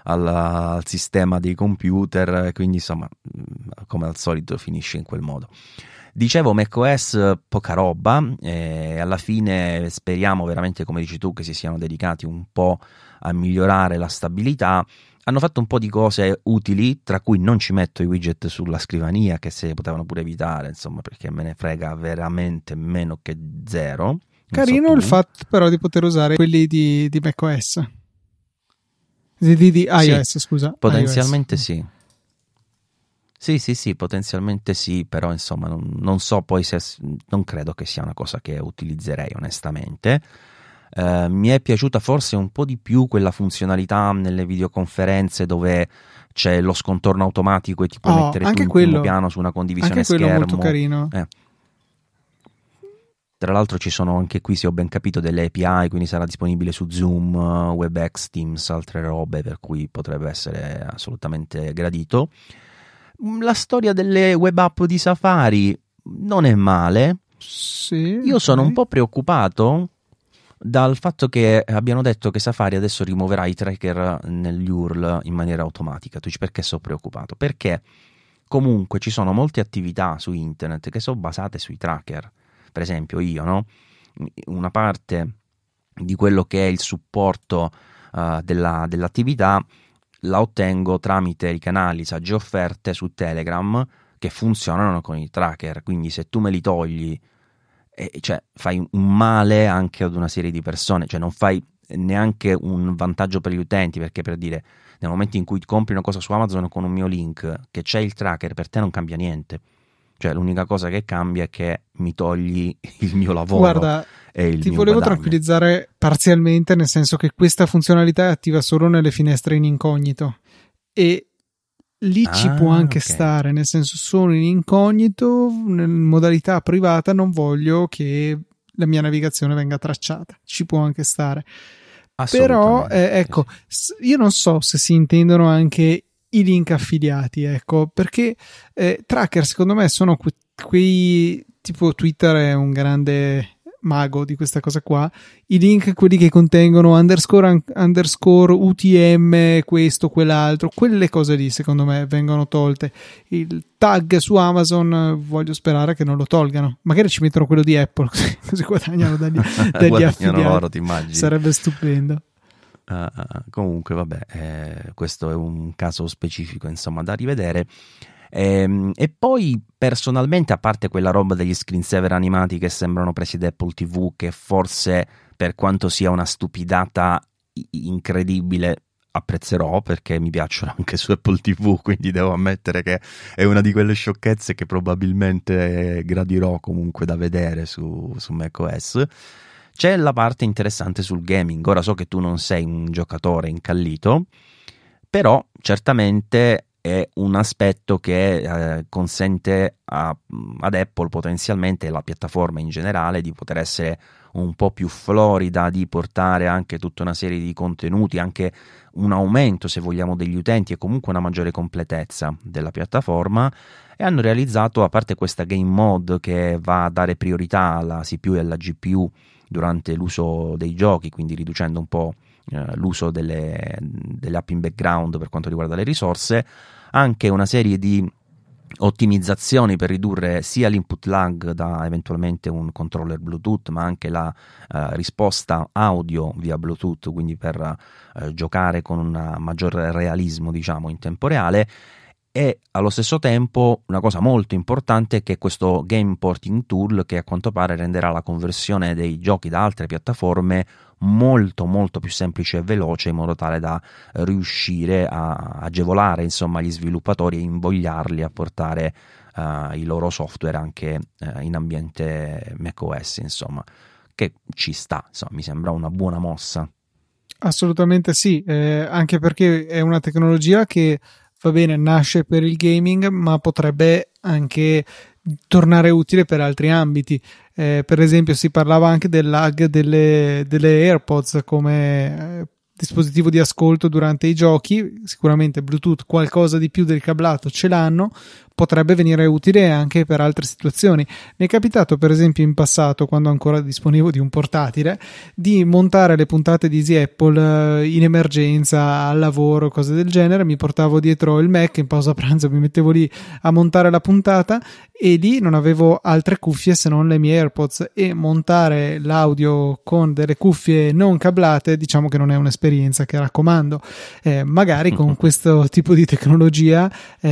al sistema dei computer, quindi insomma, come al solito finisce in quel modo. Dicevo, macOS poca roba, e alla fine speriamo veramente, come dici tu, che si siano dedicati un po' a migliorare la stabilità. Hanno fatto un po' di cose utili, tra cui non ci metto i widget sulla scrivania, che se potevano pure evitare, insomma, perché me ne frega veramente meno che zero. Carino il fatto però di poter usare quelli di macOS, di iOS, sì, scusa. potenzialmente iOS. sì. Sì, potenzialmente sì, però insomma non so poi se, non credo che sia una cosa che utilizzerei onestamente. Mi è piaciuta forse un po' di più quella funzionalità nelle videoconferenze dove c'è lo scontorno automatico e ti puoi mettere tu in primo piano su una condivisione anche quello schermo. Molto carino. Tra l'altro ci sono anche qui, se ho ben capito, delle API, quindi sarà disponibile su Zoom, WebEx, Teams, altre robe, per cui potrebbe essere assolutamente gradito. La storia delle web app di Safari non è male. Sì, io sono un po' preoccupato dal fatto che abbiano detto che Safari adesso rimuoverà i tracker negli URL in maniera automatica. Tu dici perché sono preoccupato? Perché comunque ci sono molte attività su internet che sono basate sui tracker. Per esempio io, no? Una parte di quello che è il supporto dell'attività la ottengo tramite i canali Sagge Offerte su Telegram che funzionano con i tracker, quindi se tu me li togli, cioè fai un male anche ad una serie di persone, cioè non fai neanche un vantaggio per gli utenti, perché, per dire, nel momento in cui compri una cosa su Amazon con un mio link che c'è il tracker, per te non cambia niente, cioè l'unica cosa che cambia è che mi togli il mio lavoro. Guarda, e il ti mio volevo guadagno. tranquillizzare parzialmente, nel senso che questa funzionalità è attiva solo nelle finestre in incognito e lì ci può anche stare, nel senso sono in incognito, in modalità privata, non voglio che la mia navigazione venga tracciata, ci può anche stare. Però ecco, io non so se si intendono anche i link affiliati, ecco, perché tracker secondo me sono quei tipo Twitter è un grande mago di questa cosa qua, i link, quelli che contengono underscore UTM, questo, quell'altro, quelle cose lì secondo me vengono tolte. Il tag su Amazon voglio sperare che non lo tolgano, magari ci mettono quello di Apple così guadagnano dagli affiliati, loro, ti immagini? Sarebbe stupendo. Comunque vabbè, questo è un caso specifico insomma da rivedere. E poi personalmente, a parte quella roba degli screensaver animati che sembrano presi da Apple TV, che forse per quanto sia una stupidata incredibile apprezzerò perché mi piacciono anche su Apple TV, quindi devo ammettere che è una di quelle sciocchezze che probabilmente gradirò comunque da vedere su macOS. C'è la parte interessante sul gaming. Ora so che tu non sei un giocatore incallito, però certamente è un aspetto che consente ad Apple potenzialmente, e alla piattaforma in generale, di poter essere un po' più florida, di portare anche tutta una serie di contenuti, anche un aumento, se vogliamo, degli utenti e comunque una maggiore completezza della piattaforma. E hanno realizzato, a parte questa game mode che va a dare priorità alla CPU e alla GPU durante l'uso dei giochi, quindi riducendo un po' l'uso delle app in background per quanto riguarda le risorse, anche una serie di ottimizzazioni per ridurre sia l'input lag da eventualmente un controller Bluetooth, ma anche la risposta audio via Bluetooth, quindi per giocare con un maggior realismo, diciamo, in tempo reale. E allo stesso tempo una cosa molto importante è che questo game porting tool, che a quanto pare renderà la conversione dei giochi da altre piattaforme molto molto più semplice e veloce, in modo tale da riuscire a agevolare insomma gli sviluppatori e invogliarli a portare i loro software anche in ambiente macOS, insomma, che ci sta, insomma, mi sembra una buona mossa. Assolutamente sì, anche perché è una tecnologia che, va bene, nasce per il gaming, ma potrebbe anche tornare utile per altri ambiti. Per esempio si parlava anche del lag delle AirPods come dispositivo di ascolto durante i giochi. Sicuramente Bluetooth qualcosa di più del cablato ce l'hanno, potrebbe venire utile anche per altre situazioni. Mi è capitato per esempio in passato, quando ancora disponevo di un portatile, di montare le puntate di Easy Apple in emergenza, al lavoro, cose del genere. Mi portavo dietro il Mac, in pausa pranzo mi mettevo lì a montare la puntata e lì non avevo altre cuffie se non le mie AirPods, e montare l'audio con delle cuffie non cablate diciamo che non è un'esperienza che raccomando. Magari con questo tipo di tecnologia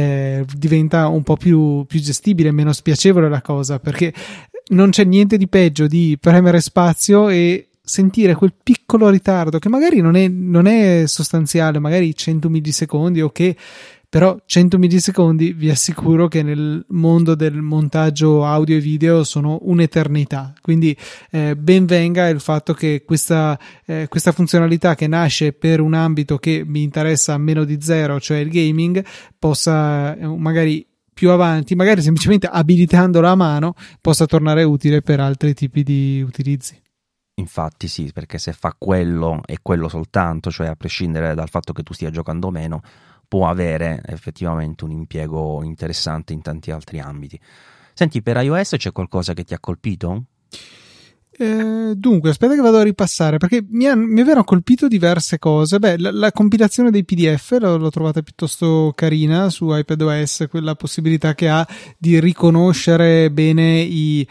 diventa un po' più gestibile, meno spiacevole la cosa, perché non c'è niente di peggio di premere spazio e sentire quel piccolo ritardo che magari non è sostanziale, magari 100 millisecondi, ok, però 100 millisecondi vi assicuro che nel mondo del montaggio audio e video sono un'eternità. Quindi ben venga il fatto che questa funzionalità, che nasce per un ambito che mi interessa meno di zero, cioè il gaming, possa magari più avanti, magari semplicemente abilitandola a mano, possa tornare utile per altri tipi di utilizzi. Infatti sì, perché se fa quello e quello soltanto, cioè a prescindere dal fatto che tu stia giocando o meno, può avere effettivamente un impiego interessante in tanti altri ambiti. Senti, per iOS c'è qualcosa che ti ha colpito? Dunque, aspetta che vado a ripassare, perché mi avevano colpito diverse cose. Beh, la compilazione dei PDF l'ho trovata piuttosto carina su iPadOS, quella possibilità che ha di riconoscere bene i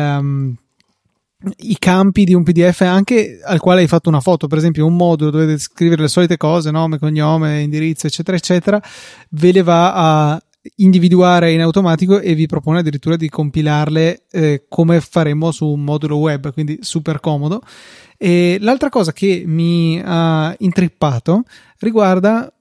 campi di un PDF anche al quale hai fatto una foto. Per esempio un modulo dove dovete scrivere le solite cose, nome, cognome, indirizzo, eccetera eccetera, ve le va a individuare in automatico e vi propone addirittura di compilarle come faremmo su un modulo web, quindi super comodo. E l'altra cosa che mi ha intrippato riguarda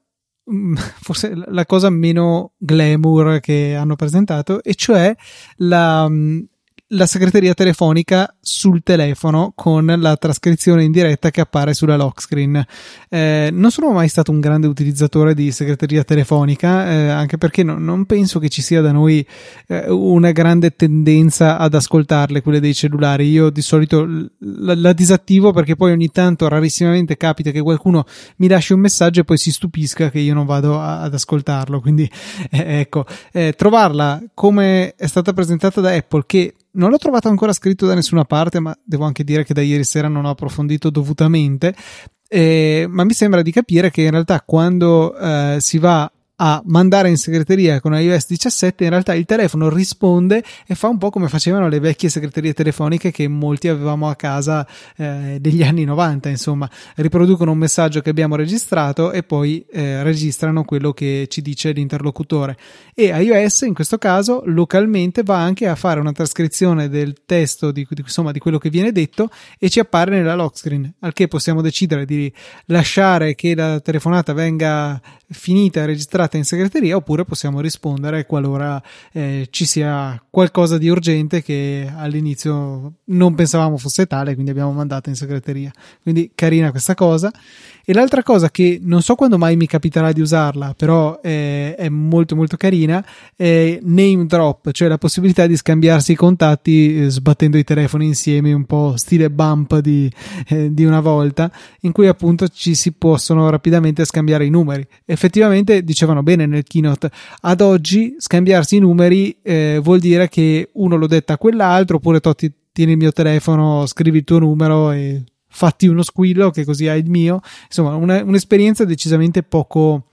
forse la cosa meno glamour che hanno presentato, e cioè la segreteria telefonica sul telefono con la trascrizione in diretta che appare sulla lock screen. Non sono mai stato un grande utilizzatore di segreteria telefonica, anche perché non penso che ci sia da noi una grande tendenza ad ascoltarle, quelle dei cellulari. Io di solito la disattivo, perché poi ogni tanto, rarissimamente, capita che qualcuno mi lasci un messaggio e poi si stupisca che io non vado ad ascoltarlo. Quindi ecco, trovarla come è stata presentata da Apple, che non l'ho trovato ancora scritto da nessuna parte, ma devo anche dire che da ieri sera non ho approfondito dovutamente, ma mi sembra di capire che in realtà quando si va a mandare in segreteria con iOS 17, in realtà il telefono risponde e fa un po' come facevano le vecchie segreterie telefoniche che molti avevamo a casa degli anni 90, insomma, riproducono un messaggio che abbiamo registrato e poi registrano quello che ci dice l'interlocutore. E iOS in questo caso localmente va anche a fare una trascrizione del testo di quello che viene detto e ci appare nella lock screen, al che possiamo decidere di lasciare che la telefonata venga finita e registrata in segreteria, oppure possiamo rispondere qualora ci sia qualcosa di urgente che all'inizio non pensavamo fosse tale, quindi abbiamo mandato in segreteria. Quindi carina questa cosa. E l'altra cosa che non so quando mai mi capiterà di usarla, però è molto molto carina, è name drop, cioè la possibilità di scambiarsi i contatti sbattendo i telefoni insieme, un po' stile bump di una volta, in cui appunto ci si possono rapidamente scambiare i numeri. Effettivamente dicevano bene nel keynote, ad oggi scambiarsi i numeri vuol dire che uno lo detta a quell'altro, oppure tieni il mio telefono, scrivi il tuo numero e fatti uno squillo che così hai il mio. Insomma, un'esperienza decisamente poco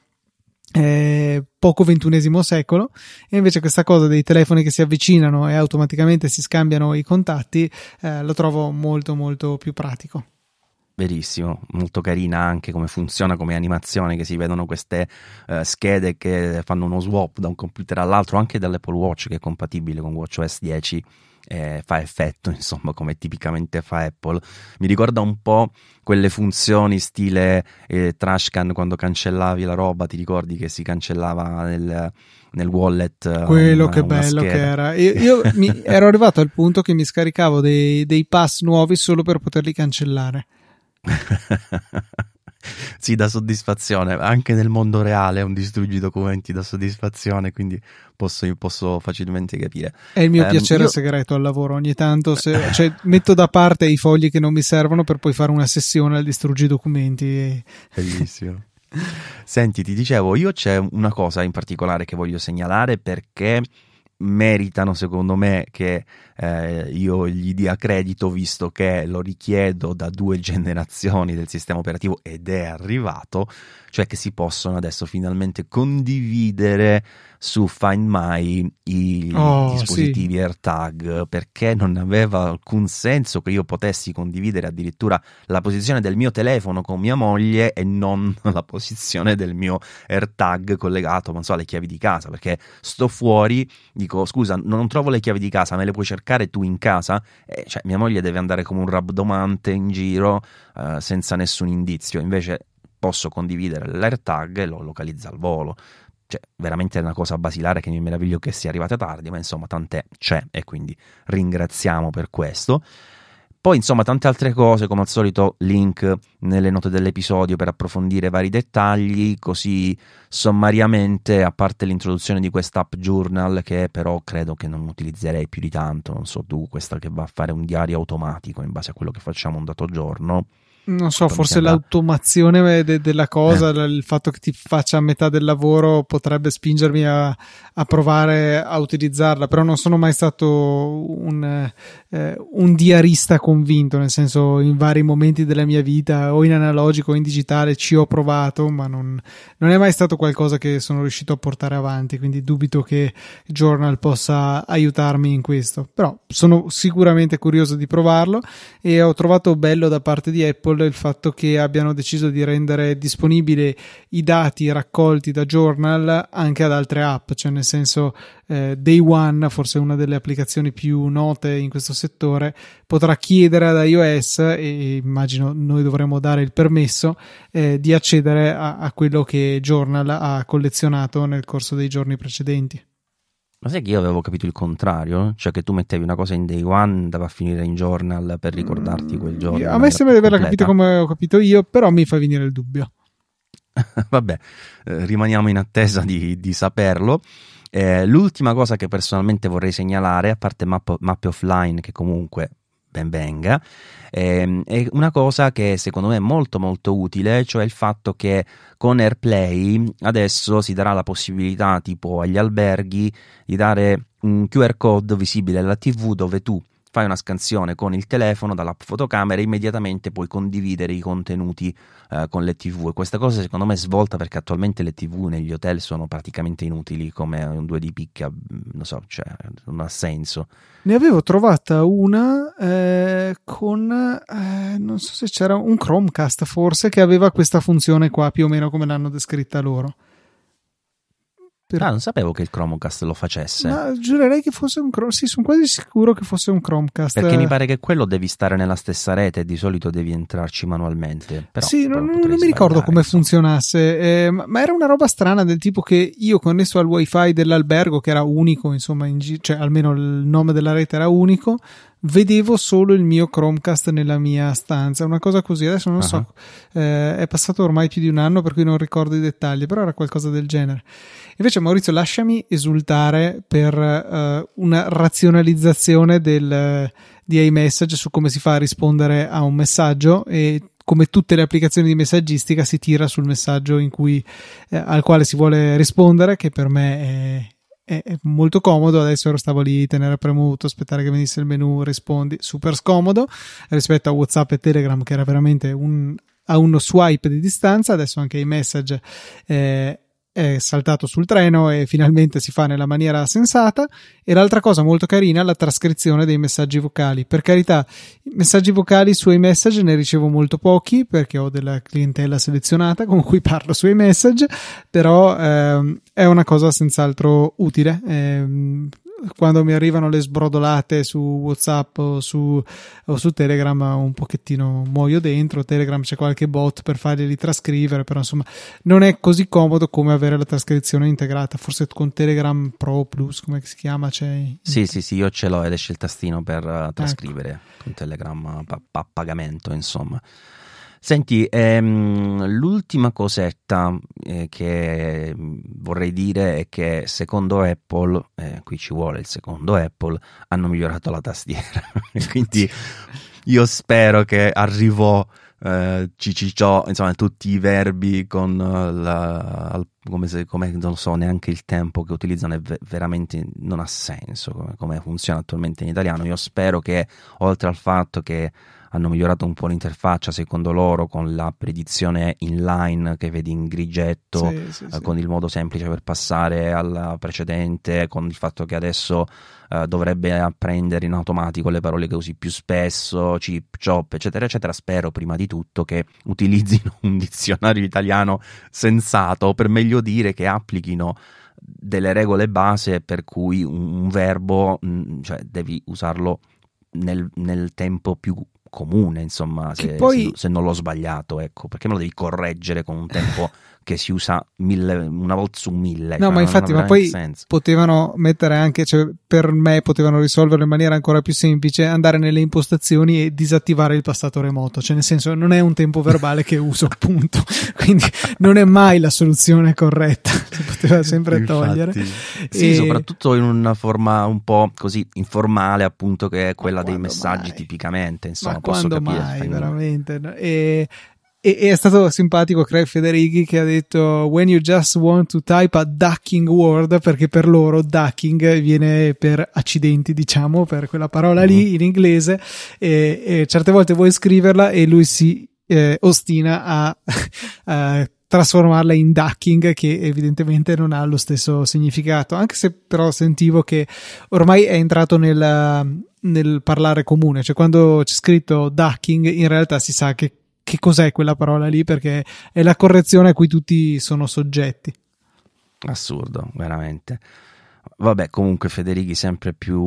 XXI secolo. E invece questa cosa dei telefoni che si avvicinano e automaticamente si scambiano i contatti lo trovo molto molto più pratico. Verissimo, molto carina anche come funziona come animazione, che si vedono queste schede che fanno uno swap da un computer all'altro, anche dall'Apple Watch che è compatibile con WatchOS 10. Fa effetto, insomma, come tipicamente fa Apple. Mi ricorda un po' quelle funzioni stile Trashcan, quando cancellavi la roba, ti ricordi che si cancellava nel wallet quello che bello scheda. Che era. Io ero arrivato al punto che mi scaricavo dei pass nuovi solo per poterli cancellare. Sì, dà soddisfazione. Anche nel mondo reale un distruggi documenti dà soddisfazione, quindi posso facilmente capire. È il mio piacere segreto al lavoro. Ogni tanto metto da parte i fogli che non mi servono per poi fare una sessione al distruggi documenti. Bellissimo. Senti, ti dicevo, c'è una cosa in particolare che voglio segnalare, perché meritano secondo me che io gli dia credito, visto che lo richiedo da 2 generazioni del sistema operativo ed è arrivato, cioè che si possono adesso finalmente condividere su Find My i dispositivi sì. AirTag, perché non aveva alcun senso che io potessi condividere addirittura la posizione del mio telefono con mia moglie e non la posizione del mio AirTag collegato, non so, alle chiavi di casa, perché sto fuori, dico scusa, non trovo le chiavi di casa, me le puoi cercare tu in casa? Cioè mia moglie deve andare come un rabdomante in giro senza nessun indizio, invece posso condividere l'AirTag e lo localizza al volo. Cioè, veramente è una cosa basilare che mi meraviglio che sia arrivata tardi, ma insomma tant'è, c'è, e quindi ringraziamo per questo. Poi insomma tante altre cose, come al solito link nelle note dell'episodio per approfondire vari dettagli, così sommariamente, a parte l'introduzione di quest'app Journal, che però credo che non utilizzerei più di tanto, non so tu, questa che va a fare un diario automatico in base a quello che facciamo un dato giorno. Non so, forse l'automazione della cosa, il fatto che ti faccia a metà del lavoro potrebbe spingermi a provare a utilizzarla, però non sono mai stato un diarista convinto, nel senso, in vari momenti della mia vita, o in analogico o in digitale, ci ho provato, ma non è mai stato qualcosa che sono riuscito a portare avanti, quindi dubito che Journal possa aiutarmi in questo, però sono sicuramente curioso di provarlo, e ho trovato bello da parte di Apple Apple il fatto che abbiano deciso di rendere disponibili i dati raccolti da Journal anche ad altre app, cioè nel senso Day One, forse una delle applicazioni più note in questo settore, potrà chiedere ad iOS, e immagino noi dovremo dare il permesso, di accedere a quello che Journal ha collezionato nel corso dei giorni precedenti. Ma sai che io avevo capito il contrario? Cioè che tu mettevi una cosa in Day One, andava a finire in Journal per ricordarti quel giorno. A me sembra di averla capito come ho capito io, però mi fa venire il dubbio. Vabbè, rimaniamo in attesa di saperlo. L'ultima cosa che personalmente vorrei segnalare, a parte mappe offline, che comunque ben venga, è una cosa che secondo me è molto molto utile, cioè il fatto che con AirPlay adesso si darà la possibilità tipo agli alberghi di dare un QR code visibile alla TV dove tu fai una scansione con il telefono dall'app fotocamera e immediatamente puoi condividere i contenuti con le TV, e questa cosa secondo me è svolta perché attualmente le TV negli hotel sono praticamente inutili, come un 2D picca, non so, cioè non ha senso. Ne avevo trovata una con non so se c'era un Chromecast forse che aveva questa funzione qua, più o meno come l'hanno descritta loro. Non sapevo che il Chromecast lo facesse. Ma giurerei che fosse un Chromecast. Sì, sono quasi sicuro che fosse un Chromecast. Perché mi pare che quello devi stare nella stessa rete e di solito devi entrarci manualmente. Però sì, non mi ricordo come funzionasse, ma era una roba strana del tipo che io connesso al wifi dell'albergo, che era unico, insomma, cioè almeno il nome della rete era unico, vedevo solo il mio Chromecast nella mia stanza, una cosa così. Adesso non so, è passato ormai più di un anno, per cui non ricordo i dettagli, però era qualcosa del genere. Invece Maurizio, lasciami esultare per una razionalizzazione di iMessage su come si fa a rispondere a un messaggio, e come tutte le applicazioni di messaggistica si tira sul messaggio al quale si vuole rispondere, che per me è molto comodo. Adesso stavo lì, tenere premuto, aspettare che venisse il menu rispondi, super scomodo rispetto a WhatsApp e Telegram, che era veramente a uno swipe di distanza. Adesso anche iMessage è saltato sul treno e finalmente si fa nella maniera sensata. E l'altra cosa molto carina è la trascrizione dei messaggi vocali. Per carità, i messaggi vocali su iMessage ne ricevo molto pochi perché ho della clientela selezionata con cui parlo su iMessage, però è una cosa senz'altro utile. Quando mi arrivano le sbrodolate su WhatsApp o su Telegram, un pochettino muoio dentro. Telegram c'è qualche bot per farli trascrivere, però insomma non è così comodo come avere la trascrizione integrata. Forse con Telegram Pro Plus, come si chiama, c'è. Sì, io ce l'ho ed esce il tastino per trascrivere, ecco, con Telegram a pagamento, insomma. Senti, l'ultima cosetta che vorrei dire è che secondo Apple, qui ci vuole il secondo Apple, hanno migliorato la tastiera. Quindi io spero che arrivò cicicciò, insomma, tutti i verbi con come non so neanche il tempo che utilizzano, è veramente non ha senso come funziona attualmente in italiano. Io spero che, oltre al fatto che hanno migliorato un po' l'interfaccia secondo loro con la predizione inline che vedi in grigetto, sì. Con il modo semplice per passare alla precedente, con il fatto che adesso dovrebbe apprendere in automatico le parole che usi più spesso, chip, chop, eccetera eccetera. Spero prima di tutto che utilizzino un dizionario italiano sensato, per meglio dire che applichino delle regole base per cui un verbo, cioè devi usarlo nel tempo più comune, insomma, se non l'ho sbagliato, ecco, perché me lo devi correggere con un tempo che si usa una volta su 1000. No, ma infatti, ma poi potevano mettere anche, cioè, per me potevano risolverlo in maniera ancora più semplice, andare nelle impostazioni e disattivare il passato remoto, cioè nel senso non è un tempo verbale che uso, appunto, quindi non è mai la soluzione corretta, si poteva sempre togliere. Sì, soprattutto in una forma un po' così informale, appunto, che è quella dei messaggi mai? Tipicamente, insomma, ma posso capire. Mai, veramente. E è stato simpatico Craig Federighi che ha detto when you just want to type a ducking word, perché per loro ducking viene per accidenti, diciamo, per quella parola lì in inglese, e certe volte vuoi scriverla e lui si ostina a trasformarla in ducking, che evidentemente non ha lo stesso significato, anche se però sentivo che ormai è entrato nel parlare comune, cioè quando c'è scritto ducking in realtà si sa che che cos'è quella parola lì, perché è la correzione a cui tutti sono soggetti. Assurdo, veramente. Vabbè, comunque Federighi sempre più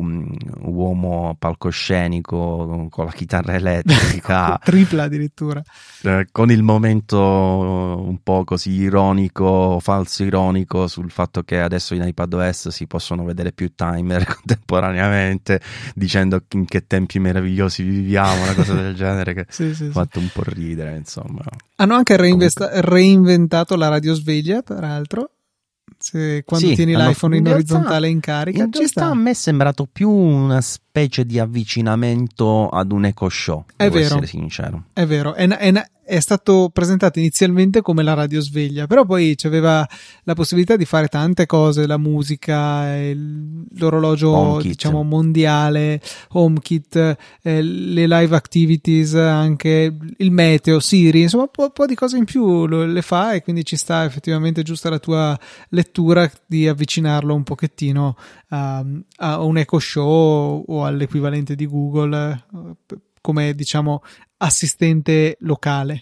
uomo palcoscenico con la chitarra elettrica, tripla addirittura, con il momento un po' così ironico, falso ironico sul fatto che adesso in iPadOS si possono vedere più timer contemporaneamente, dicendo in che tempi meravigliosi viviamo, una cosa del genere che sì, ha fatto un po' ridere, insomma. Hanno anche reinventato la radiosveglia, peraltro. Quando tieni l'iPhone in orizzontale in carica, in realtà a me è sembrato più una specie di avvicinamento ad un Echo Show, devo essere sincero. È vero, è stato presentato inizialmente come la radiosveglia, però poi c'aveva la possibilità di fare tante cose, la musica, l'orologio diciamo mondiale, HomeKit, le live activities, anche il meteo, Siri, insomma un po' di cose in più le fa, e quindi ci sta effettivamente giusta la tua lettura di avvicinarlo un pochettino a un Echo Show o all'equivalente di Google come diciamo assistente locale.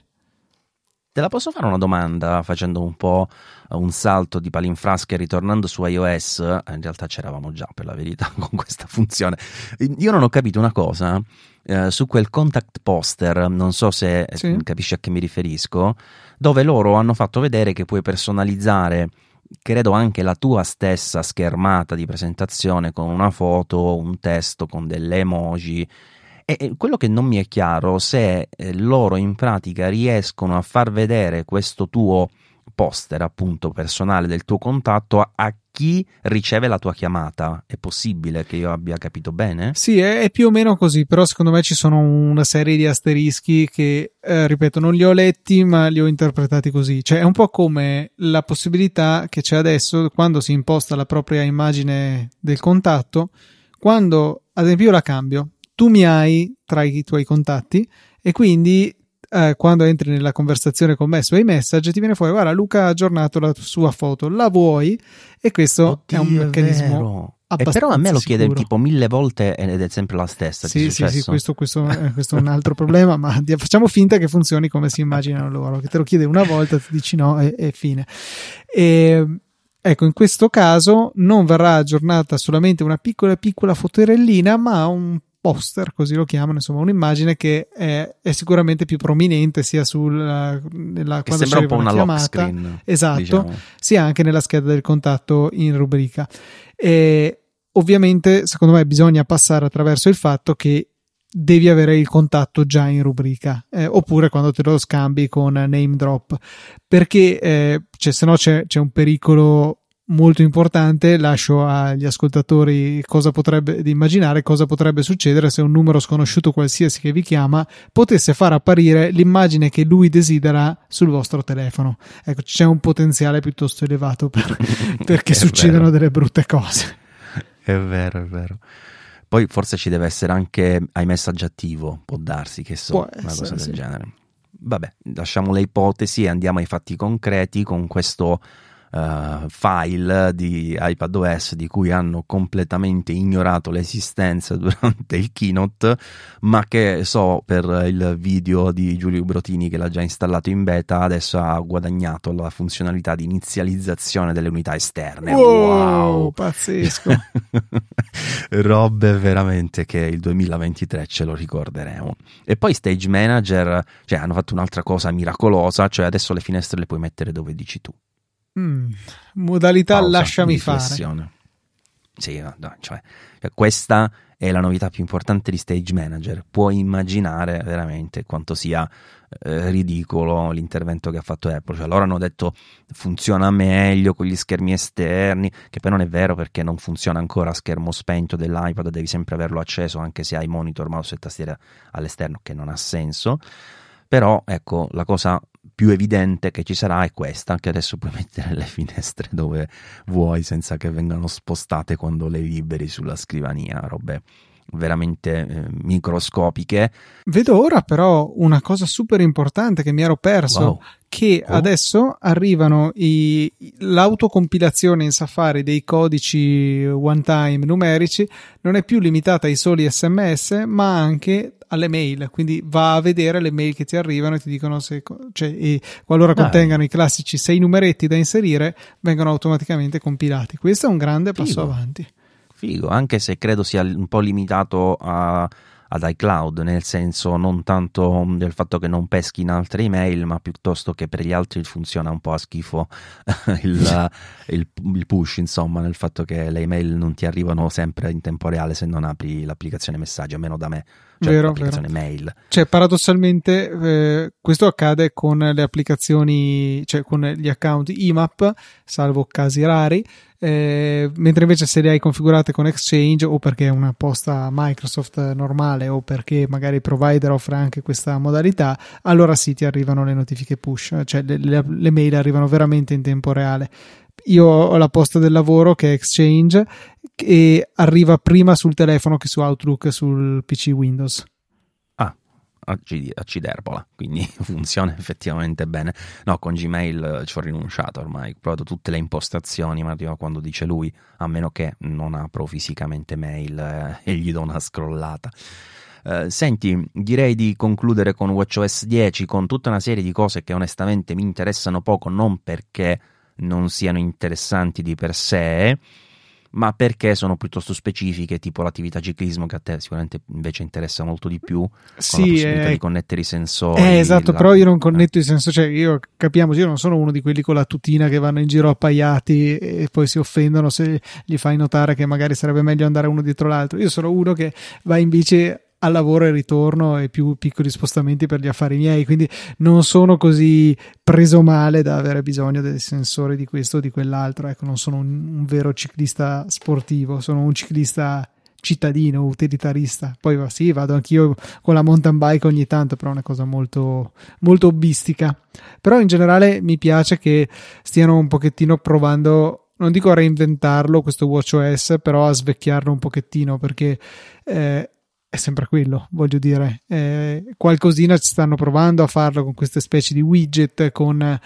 Te la posso fare una domanda facendo un po' un salto di palinfrasche ritornando su iOS? In realtà c'eravamo già, per la verità, con questa funzione. Io non ho capito una cosa su quel contact poster, non so se capisci a che mi riferisco, dove loro hanno fatto vedere che puoi personalizzare, credo, anche la tua stessa schermata di presentazione con una foto, un testo, con delle emoji. E quello che non mi è chiaro, se loro in pratica riescono a far vedere questo tuo poster appunto personale del tuo contatto a chi riceve la tua chiamata. È possibile che io abbia capito bene? Sì, è più o meno così, però secondo me ci sono una serie di asterischi che, ripeto, non li ho letti ma li ho interpretati così. Cioè è un po' come la possibilità che c'è adesso quando si imposta la propria immagine del contatto, quando ad esempio io la cambio, tu mi hai tra i tuoi contatti e quindi quando entri nella conversazione con me su iMessage ti viene fuori: guarda, Luca ha aggiornato la sua foto, la vuoi? E questo è un meccanismo abbastanza però a me lo chiede sicuro. tipo 1000 volte ed è sempre la stessa. Sì, questo è un altro problema, ma facciamo finta che funzioni come si immaginano loro, che te lo chiede una volta, ti dici no e fine. Ecco, in questo caso non verrà aggiornata solamente una piccola fotorellina, ma un poster, così lo chiamano, insomma un'immagine che è sicuramente più prominente sia che quando sembra un po' una chiamata, lock screen, esatto, diciamo, sia anche nella scheda del contatto in rubrica. E ovviamente secondo me bisogna passare attraverso il fatto che devi avere il contatto già in rubrica, oppure quando te lo scambi con name drop, perché se no c'è un pericolo molto importante. Lascio agli ascoltatori di immaginare cosa potrebbe succedere se un numero sconosciuto qualsiasi che vi chiama potesse far apparire l'immagine che lui desidera sul vostro telefono. Ecco, c'è un potenziale piuttosto elevato perché succedono delle brutte cose. È vero. Poi forse ci deve essere anche iMessage attivo, può darsi, che una cosa del genere. Vabbè, lasciamo le ipotesi e andiamo ai fatti concreti con questo file di iPadOS di cui hanno completamente ignorato l'esistenza durante il keynote, ma che so per il video di Giulio Brotini che l'ha già installato in beta adesso ha guadagnato la funzionalità di inizializzazione delle unità esterne. Wow, pazzesco. Robe veramente che il 2023 ce lo ricorderemo. E poi Stage Manager, cioè hanno fatto un'altra cosa miracolosa, cioè adesso le finestre le puoi mettere dove dici tu. Modalità pausa, lasciami fare. Sì, cioè, questa è la novità più importante di Stage Manager. Puoi immaginare veramente quanto sia ridicolo l'intervento che ha fatto Apple. Cioè, loro hanno detto funziona meglio con gli schermi esterni, che poi non è vero, perché non funziona ancora a schermo spento dell'iPad, devi sempre averlo acceso anche se hai monitor, mouse e tastiera all'esterno, che non ha senso. Però ecco, la cosa più evidente che ci sarà è questa, che adesso puoi mettere le finestre dove vuoi senza che vengano spostate quando le liberi sulla scrivania, robe veramente microscopiche. Vedo ora però una cosa super importante che mi ero perso, che adesso arrivano l'autocompilazione in Safari dei codici one time numerici non è più limitata ai soli SMS, ma anche alle mail, quindi va a vedere le mail che ti arrivano e ti dicono e qualora contengano i classici 6 numeretti da inserire, vengono automaticamente compilati. Questo è un grande passo avanti. Figo, anche se credo sia un po' limitato ad iCloud, nel senso non tanto del fatto che non peschi in altre email, ma piuttosto che per gli altri funziona un po' a schifo il push, insomma, nel fatto che le email non ti arrivano sempre in tempo reale se non apri l'applicazione messaggi, almeno da me, cioè l'applicazione mail. Cioè, paradossalmente questo accade con le applicazioni, cioè con gli account IMAP, salvo casi rari, mentre invece se le hai configurate con Exchange, o perché è una posta Microsoft normale o perché magari il provider offre anche questa modalità, allora sì, ti arrivano le notifiche push, cioè le mail arrivano veramente in tempo reale. Io ho la posta del lavoro che è Exchange e arriva prima sul telefono che su Outlook sul PC Windows. Acciderbola, quindi funziona effettivamente bene. No, con Gmail ci ho rinunciato ormai, ho provato tutte le impostazioni, ma arriva quando dice lui, a meno che non apro fisicamente mail e gli do una scrollata. Senti, direi di concludere con WatchOS 10, con tutta una serie di cose che onestamente mi interessano poco, non perché non siano interessanti di per sé, ma perché sono piuttosto specifiche, tipo l'attività ciclismo, che a te sicuramente invece interessa molto di più, con la possibilità di connettere i sensori. Esatto, però io non connetto i sensori, cioè io capiamoci, io non sono uno di quelli con la tutina che vanno in giro appaiati e poi si offendono se gli fai notare che magari sarebbe meglio andare uno dietro l'altro. Io sono uno che va in bici al lavoro e ritorno e più piccoli spostamenti per gli affari miei, quindi non sono così preso male da avere bisogno dei sensori di questo o di quell'altro. Ecco, non sono un vero ciclista sportivo, sono un ciclista cittadino, utilitarista. Poi sì, vado anch'io con la mountain bike ogni tanto, però è una cosa molto, molto hobbistica. Però in generale mi piace che stiano un pochettino provando, non dico a reinventarlo questo WatchOS, però a svecchiarlo un pochettino, perché è sempre quello, voglio dire, qualcosina ci stanno provando a farlo con queste specie di widget, con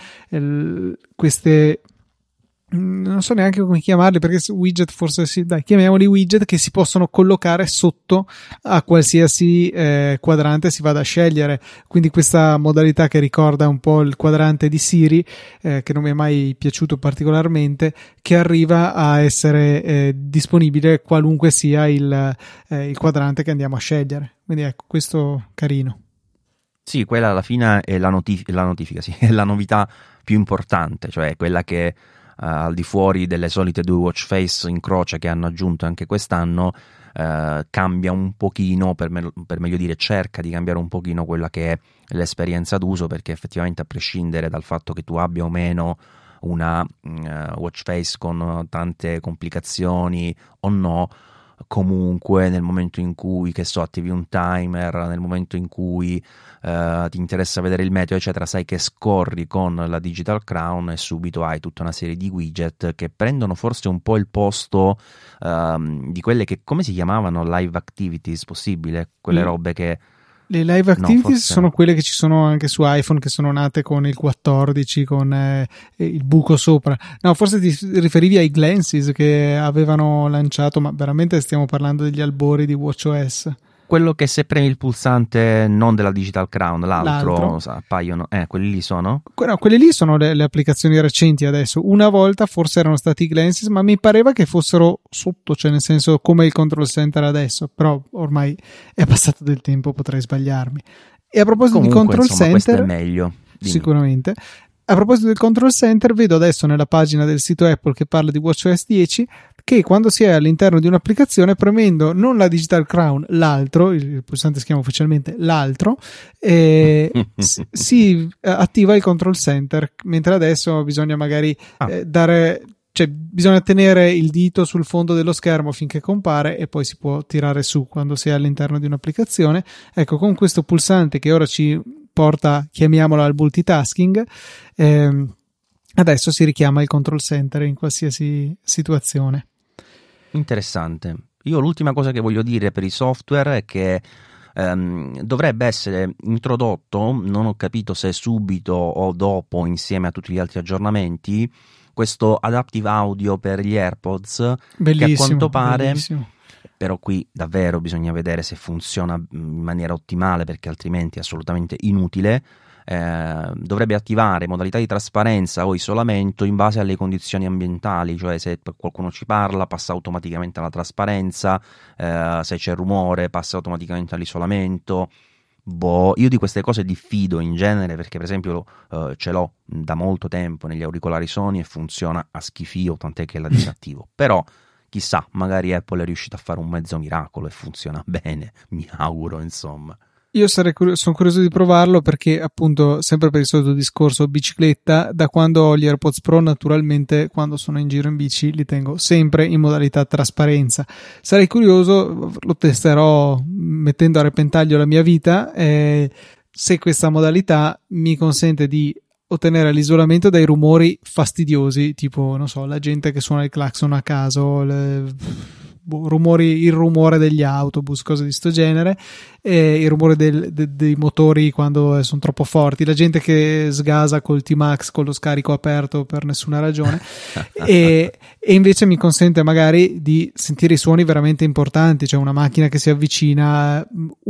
queste, non so neanche come chiamarli, perché widget forse sì, dai, chiamiamoli widget, che si possono collocare sotto a qualsiasi quadrante si vada a scegliere. Quindi questa modalità che ricorda un po' il quadrante di Siri, che non mi è mai piaciuto particolarmente, che arriva a essere disponibile qualunque sia il quadrante che andiamo a scegliere. Quindi ecco, questo carino. Sì, quella alla fine è la notifica, sì, è la novità più importante, cioè quella che al di fuori delle solite 2 watch face in croce che hanno aggiunto anche quest'anno, cambia un pochino, per meglio dire cerca di cambiare un pochino quella che è l'esperienza d'uso, perché effettivamente, a prescindere dal fatto che tu abbia o meno una watch face con tante complicazioni o no, comunque nel momento in cui, che so, attivi un timer, nel momento in cui ti interessa vedere il meteo eccetera, sai che scorri con la Digital Crown e subito hai tutta una serie di widget che prendono forse un po' il posto di quelle che, come si chiamavano, live activities, possibile? Quelle robe che le live activities sono quelle che ci sono anche su iPhone, che sono nate con il 14, con il buco sopra. No, forse ti riferivi ai Glances che avevano lanciato, ma veramente stiamo parlando degli albori di WatchOS. Quello che se premi il pulsante non della Digital Crown, l'altro. Appaiono, quelli lì sono? No, quelle lì sono le applicazioni recenti adesso. Una volta forse erano stati i Glances, ma mi pareva che fossero sotto, cioè nel senso come il Control Center adesso, però ormai è passato del tempo, potrei sbagliarmi. E a proposito di Control Center, questo è meglio. Dimmi. Sicuramente. A proposito del Control Center, vedo adesso nella pagina del sito Apple che parla di WatchOS 10 che quando si è all'interno di un'applicazione, premendo non la Digital Crown, l'altro, il pulsante si chiama ufficialmente l'altro, si attiva il Control Center, mentre adesso bisogna magari bisogna tenere il dito sul fondo dello schermo finché compare e poi si può tirare su quando si è all'interno di un'applicazione. Ecco, con questo pulsante che ora ci porta, chiamiamolo, al multitasking, adesso si richiama il Control Center in qualsiasi situazione. Interessante. Io l'ultima cosa che voglio dire per i software è che dovrebbe essere introdotto, non ho capito se subito o dopo, insieme a tutti gli altri aggiornamenti, questo Adaptive Audio per gli AirPods, bellissimo, che a quanto pare bellissimo. però qui davvero bisogna vedere se funziona in maniera ottimale, perché altrimenti è assolutamente inutile. Dovrebbe attivare modalità di trasparenza o isolamento in base alle condizioni ambientali, cioè se qualcuno ci parla passa automaticamente alla trasparenza, se c'è rumore passa automaticamente all'isolamento. Io di queste cose diffido in genere, perché per esempio ce l'ho da molto tempo negli auricolari Sony e funziona a schifio, tant'è che la disattivo. Però chissà, magari Apple è riuscita a fare un mezzo miracolo e funziona bene, mi auguro, insomma. Io sono curioso di provarlo perché, appunto, sempre per il solito discorso bicicletta, da quando ho gli AirPods Pro, naturalmente, quando sono in giro in bici, li tengo sempre in modalità trasparenza. Sarei curioso, lo testerò mettendo a repentaglio la mia vita, se questa modalità mi consente di ottenere l'isolamento dai rumori fastidiosi, tipo, non so, la gente che suona il clacson a caso, il rumore degli autobus, cose di sto genere, il rumore dei motori quando sono troppo forti, la gente che sgasa col T-Max con lo scarico aperto per nessuna ragione e invece mi consente magari di sentire i suoni veramente importanti, cioè una macchina che si avvicina,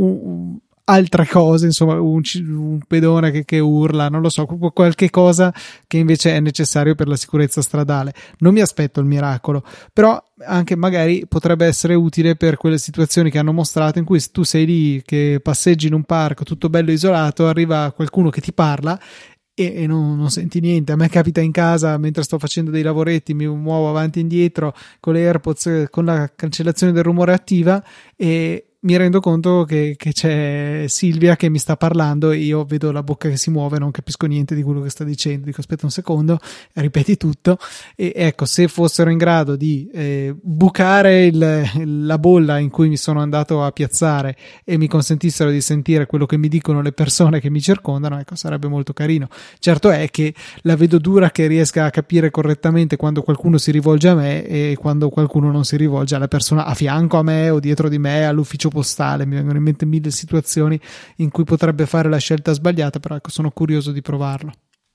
altre cose, insomma, un pedone che urla, non lo so, qualche cosa che invece è necessario per la sicurezza stradale. Non mi aspetto il miracolo, però anche magari potrebbe essere utile per quelle situazioni che hanno mostrato in cui tu sei lì che passeggi in un parco tutto bello isolato, arriva qualcuno che ti parla e non senti niente. A me capita in casa mentre sto facendo dei lavoretti, mi muovo avanti e indietro con le AirPods con la cancellazione del rumore attiva e mi rendo conto che c'è Silvia che mi sta parlando e io vedo la bocca che si muove, non capisco niente di quello che sta dicendo, dico aspetta un secondo, ripeti tutto. E ecco, se fossero in grado di bucare la bolla in cui mi sono andato a piazzare e mi consentissero di sentire quello che mi dicono le persone che mi circondano, ecco, sarebbe molto carino. Certo è che la vedo dura che riesca a capire correttamente quando qualcuno si rivolge a me e quando qualcuno non si rivolge alla persona a fianco a me o dietro di me, all'ufficio postale. Mi vengono in mente mille situazioni in cui potrebbe fare la scelta sbagliata, però ecco, sono curioso di provarlo.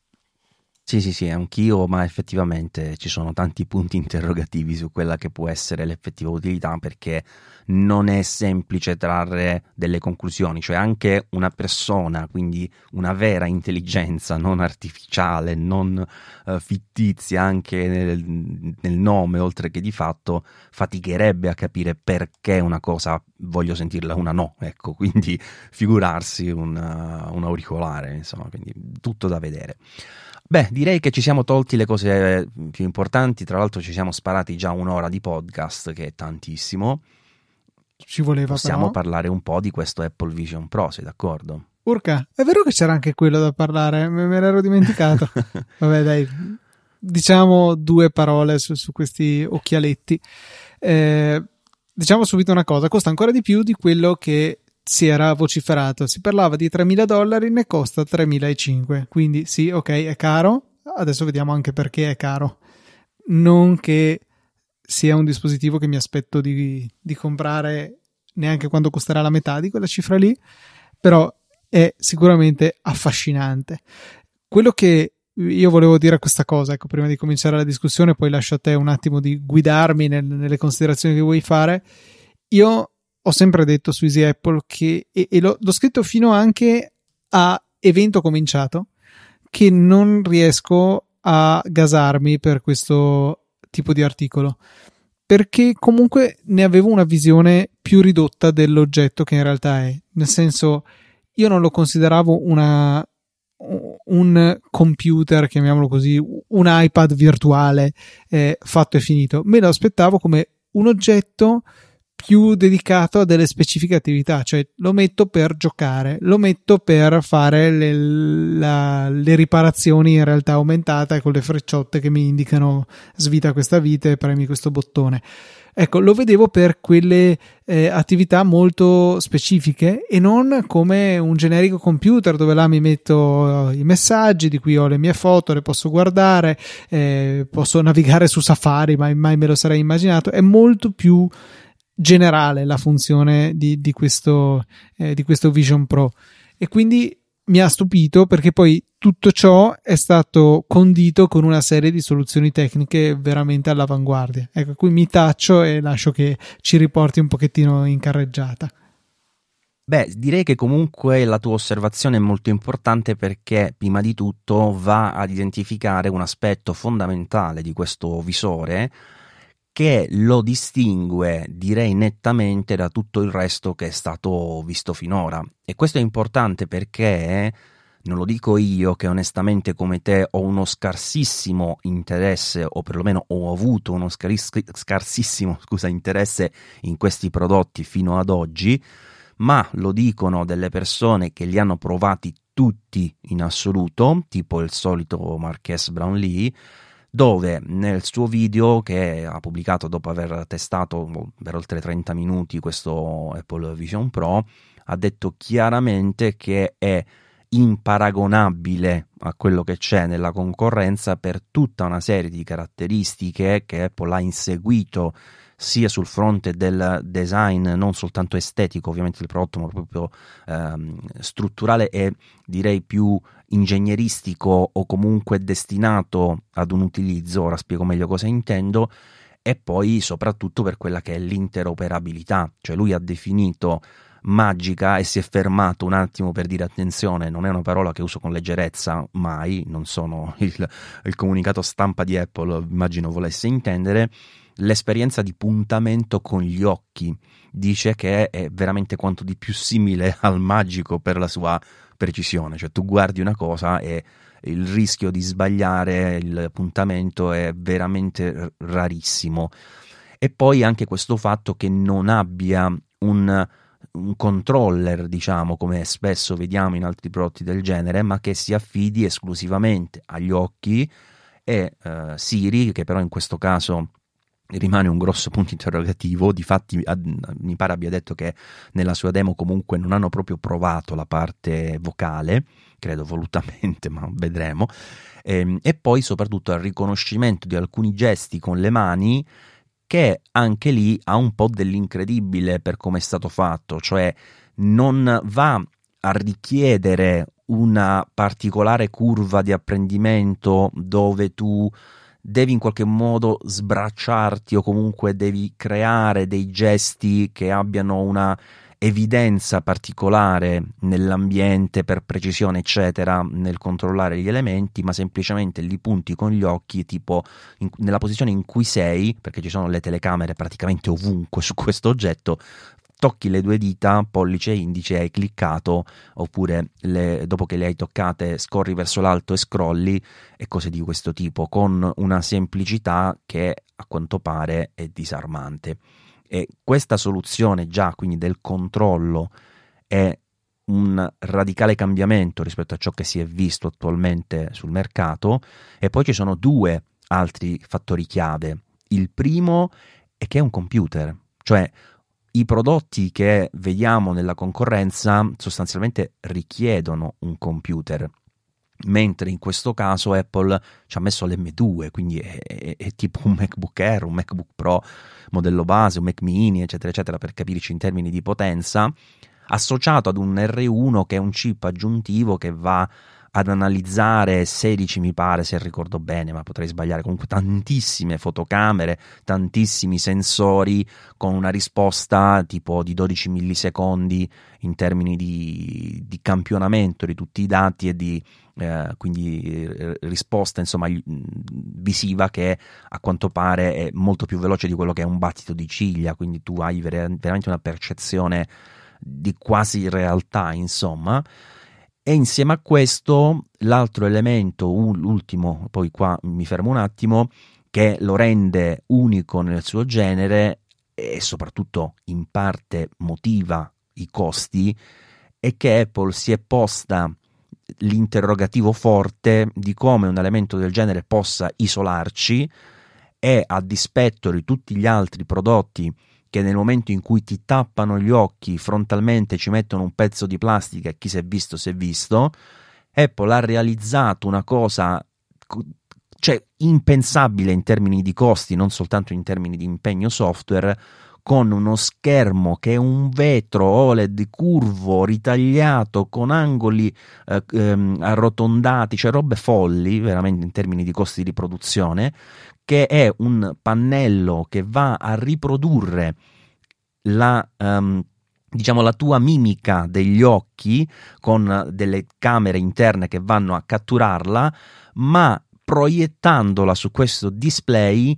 Sì, anch'io, ma effettivamente ci sono tanti punti interrogativi su quella che può essere l'effettiva utilità, perché non è semplice trarre delle conclusioni, cioè anche una persona, quindi una vera intelligenza, non artificiale, non fittizia anche nel nome, oltre che di fatto, faticherebbe a capire perché una cosa voglio sentirla, una no, ecco, quindi figurarsi un auricolare, insomma, quindi tutto da vedere. Beh, direi che ci siamo tolti le cose più importanti, tra l'altro ci siamo sparati già un'ora di podcast, che è tantissimo. Ci voleva. Possiamo però parlare un po' di questo Apple Vision Pro, sei d'accordo? Urca, è vero che c'era anche quello da parlare, me l'ero dimenticato. Vabbè, dai, diciamo due parole su questi occhialetti. Diciamo subito una cosa, costa ancora di più di quello che si era vociferato. Si parlava di $3.000, ne costa 3.500, quindi sì, ok, è caro. Adesso vediamo anche perché è caro. Non che sia un dispositivo che mi aspetto di comprare neanche quando costerà la metà di quella cifra lì, però è sicuramente affascinante. Quello che io volevo dire a questa cosa, ecco, prima di cominciare la discussione, poi lascio a te un attimo di guidarmi nelle considerazioni che vuoi fare. Io ho sempre detto su Easy Apple che, e l'ho scritto fino anche a evento cominciato, che non riesco a gasarmi per questo tipo di articolo, perché comunque ne avevo una visione più ridotta dell'oggetto che in realtà è. Nel senso, io non lo consideravo un computer, chiamiamolo così, un iPad virtuale fatto e finito. Me lo aspettavo come un oggetto più dedicato a delle specifiche attività, cioè lo metto per giocare, lo metto per fare le riparazioni in realtà aumentata con le frecciotte che mi indicano svita questa vite e premi questo bottone. Ecco, lo vedevo per quelle attività molto specifiche e non come un generico computer dove là mi metto i messaggi di cui ho le mie foto, le posso guardare, posso navigare su Safari, ma mai me lo sarei immaginato. È molto più generale la funzione di questo Vision Pro, e quindi mi ha stupito perché poi tutto ciò è stato condito con una serie di soluzioni tecniche veramente all'avanguardia. Ecco, qui mi taccio e lascio che ci riporti un pochettino in carreggiata. Beh, direi che comunque la tua osservazione è molto importante perché prima di tutto va ad identificare un aspetto fondamentale di questo visore che lo distingue, direi nettamente, da tutto il resto che è stato visto finora. E questo è importante perché, non lo dico io che onestamente come te ho uno scarsissimo interesse, o perlomeno ho avuto uno scarsissimo, interesse in questi prodotti fino ad oggi, ma lo dicono delle persone che li hanno provati tutti in assoluto, tipo il solito Marques Brownlee, dove nel suo video che ha pubblicato dopo aver testato per oltre 30 minuti questo Apple Vision Pro, ha detto chiaramente che è imparagonabile a quello che c'è nella concorrenza per tutta una serie di caratteristiche che Apple ha inseguito sia sul fronte del design, non soltanto estetico ovviamente del prodotto, ma proprio strutturale e direi più ingegneristico o comunque destinato ad un utilizzo. Ora spiego meglio cosa intendo. E poi soprattutto per quella che è l'interoperabilità, cioè lui ha definito magica e si è fermato un attimo per dire attenzione, non è una parola che uso con leggerezza mai, non sono il comunicato stampa di Apple, immagino volesse intendere, l'esperienza di puntamento con gli occhi. Dice che è veramente quanto di più simile al magico per la sua precisione, cioè tu guardi una cosa e il rischio di sbagliare il puntamento è veramente rarissimo. E poi anche questo fatto che non abbia un controller, diciamo, come spesso vediamo in altri prodotti del genere, ma che si affidi esclusivamente agli occhi e Siri, che però in questo caso rimane un grosso punto interrogativo. Difatti mi pare abbia detto che nella sua demo comunque non hanno proprio provato la parte vocale, credo volutamente, ma vedremo, e poi soprattutto al riconoscimento di alcuni gesti con le mani, che anche lì ha un po' dell'incredibile per come è stato fatto, cioè non va a richiedere una particolare curva di apprendimento dove tu devi in qualche modo sbracciarti o comunque devi creare dei gesti che abbiano una evidenza particolare nell'ambiente per precisione eccetera nel controllare gli elementi, ma semplicemente li punti con gli occhi tipo nella posizione in cui sei, perché ci sono le telecamere praticamente ovunque su questo oggetto, tocchi le due dita, pollice e indice, hai cliccato, oppure dopo che le hai toccate scorri verso l'alto e scrolli e cose di questo tipo, con una semplicità che a quanto pare è disarmante. E questa soluzione già quindi del controllo è un radicale cambiamento rispetto a ciò che si è visto attualmente sul mercato. E poi ci sono due altri fattori chiave. Il primo è che è un computer, cioè i prodotti che vediamo nella concorrenza sostanzialmente richiedono un computer, mentre in questo caso Apple ci ha messo l'M2, quindi è tipo un MacBook Air, un MacBook Pro modello base, un Mac Mini, eccetera, eccetera, per capirci in termini di potenza, associato ad un R1 che è un chip aggiuntivo che va ad analizzare 16, mi pare, se ricordo bene, ma potrei sbagliare, comunque tantissime fotocamere, tantissimi sensori, con una risposta tipo di 12 millisecondi in termini di campionamento di tutti i dati e di quindi risposta insomma visiva, che a quanto pare è molto più veloce di quello che è un battito di ciglia, quindi tu hai veramente una percezione di quasi realtà, insomma. E insieme a questo l'altro elemento, l'ultimo, poi qua mi fermo un attimo, che lo rende unico nel suo genere e soprattutto in parte motiva i costi, è che Apple si è posta l'interrogativo forte di come un elemento del genere possa isolarci, e a dispetto di tutti gli altri prodotti che nel momento in cui ti tappano gli occhi frontalmente ci mettono un pezzo di plastica e chi si è visto si è visto, Apple ha realizzato una cosa impensabile in termini di costi, non soltanto in termini di impegno software, con uno schermo che è un vetro OLED curvo, ritagliato, con angoli arrotondati, cioè robe folli veramente in termini di costi di produzione, che è un pannello che va a riprodurre diciamo la tua mimica degli occhi con delle camere interne che vanno a catturarla, ma proiettandola su questo display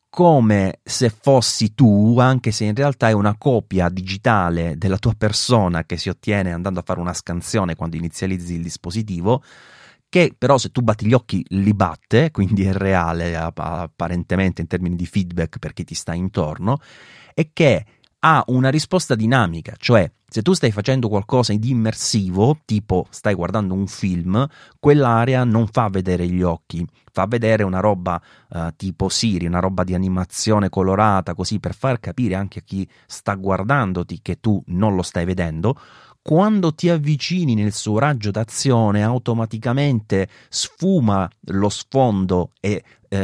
come se fossi tu, anche se in realtà è una copia digitale della tua persona che si ottiene andando a fare una scansione quando inizializzi il dispositivo, che però se tu batti gli occhi li batte, quindi è reale apparentemente in termini di feedback per chi ti sta intorno, e che ha una risposta dinamica, cioè se tu stai facendo qualcosa di immersivo, tipo stai guardando un film, quell'area non fa vedere gli occhi, fa vedere una roba tipo Siri, una roba di animazione colorata, così per far capire anche a chi sta guardandoti che tu non lo stai vedendo. Quando ti avvicini nel suo raggio d'azione, automaticamente sfuma lo sfondo e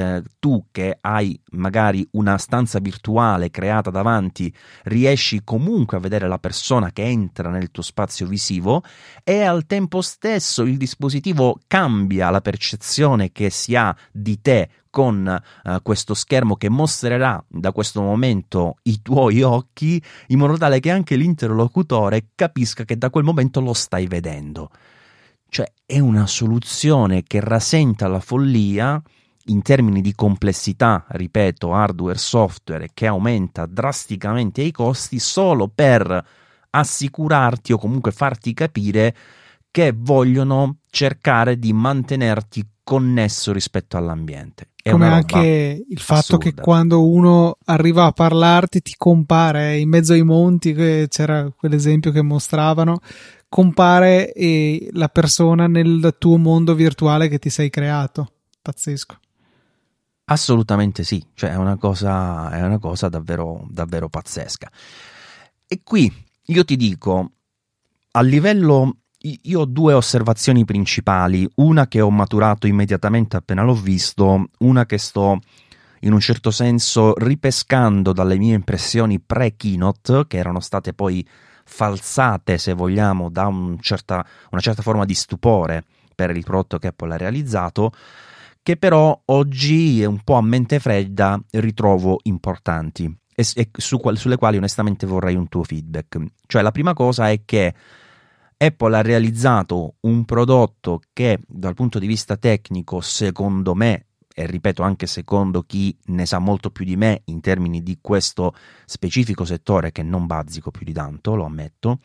tu che hai magari una stanza virtuale creata davanti riesci comunque a vedere la persona che entra nel tuo spazio visivo, e al tempo stesso il dispositivo cambia la percezione che si ha di te con questo schermo che mostrerà da questo momento i tuoi occhi, in modo tale che anche l'interlocutore capisca che da quel momento lo stai vedendo. Cioè è una soluzione che rasenta la follia in termini di complessità, ripeto, hardware, software, che aumenta drasticamente i costi solo per assicurarti o comunque farti capire che vogliono cercare di mantenerti connesso rispetto all'ambiente. È come anche il fatto che quando uno arriva a parlarti ti compare in mezzo ai monti, che c'era quell'esempio che mostravano, compare la persona nel tuo mondo virtuale che ti sei creato. Pazzesco. Assolutamente sì, cioè è una cosa davvero, davvero pazzesca. E qui io ti dico, a livello, io ho due osservazioni principali, una che ho maturato immediatamente appena l'ho visto, una che sto in un certo senso ripescando dalle mie impressioni pre-keynote, che erano state poi falsate, se vogliamo, da una certa forma di stupore per il prodotto che Apple ha realizzato, che però oggi un po' a mente fredda ritrovo importanti e sulle quali onestamente vorrei un tuo feedback. Cioè la prima cosa è che Apple ha realizzato un prodotto che dal punto di vista tecnico, secondo me, e ripeto anche secondo chi ne sa molto più di me in termini di questo specifico settore, che non bazzico più di tanto, lo ammetto,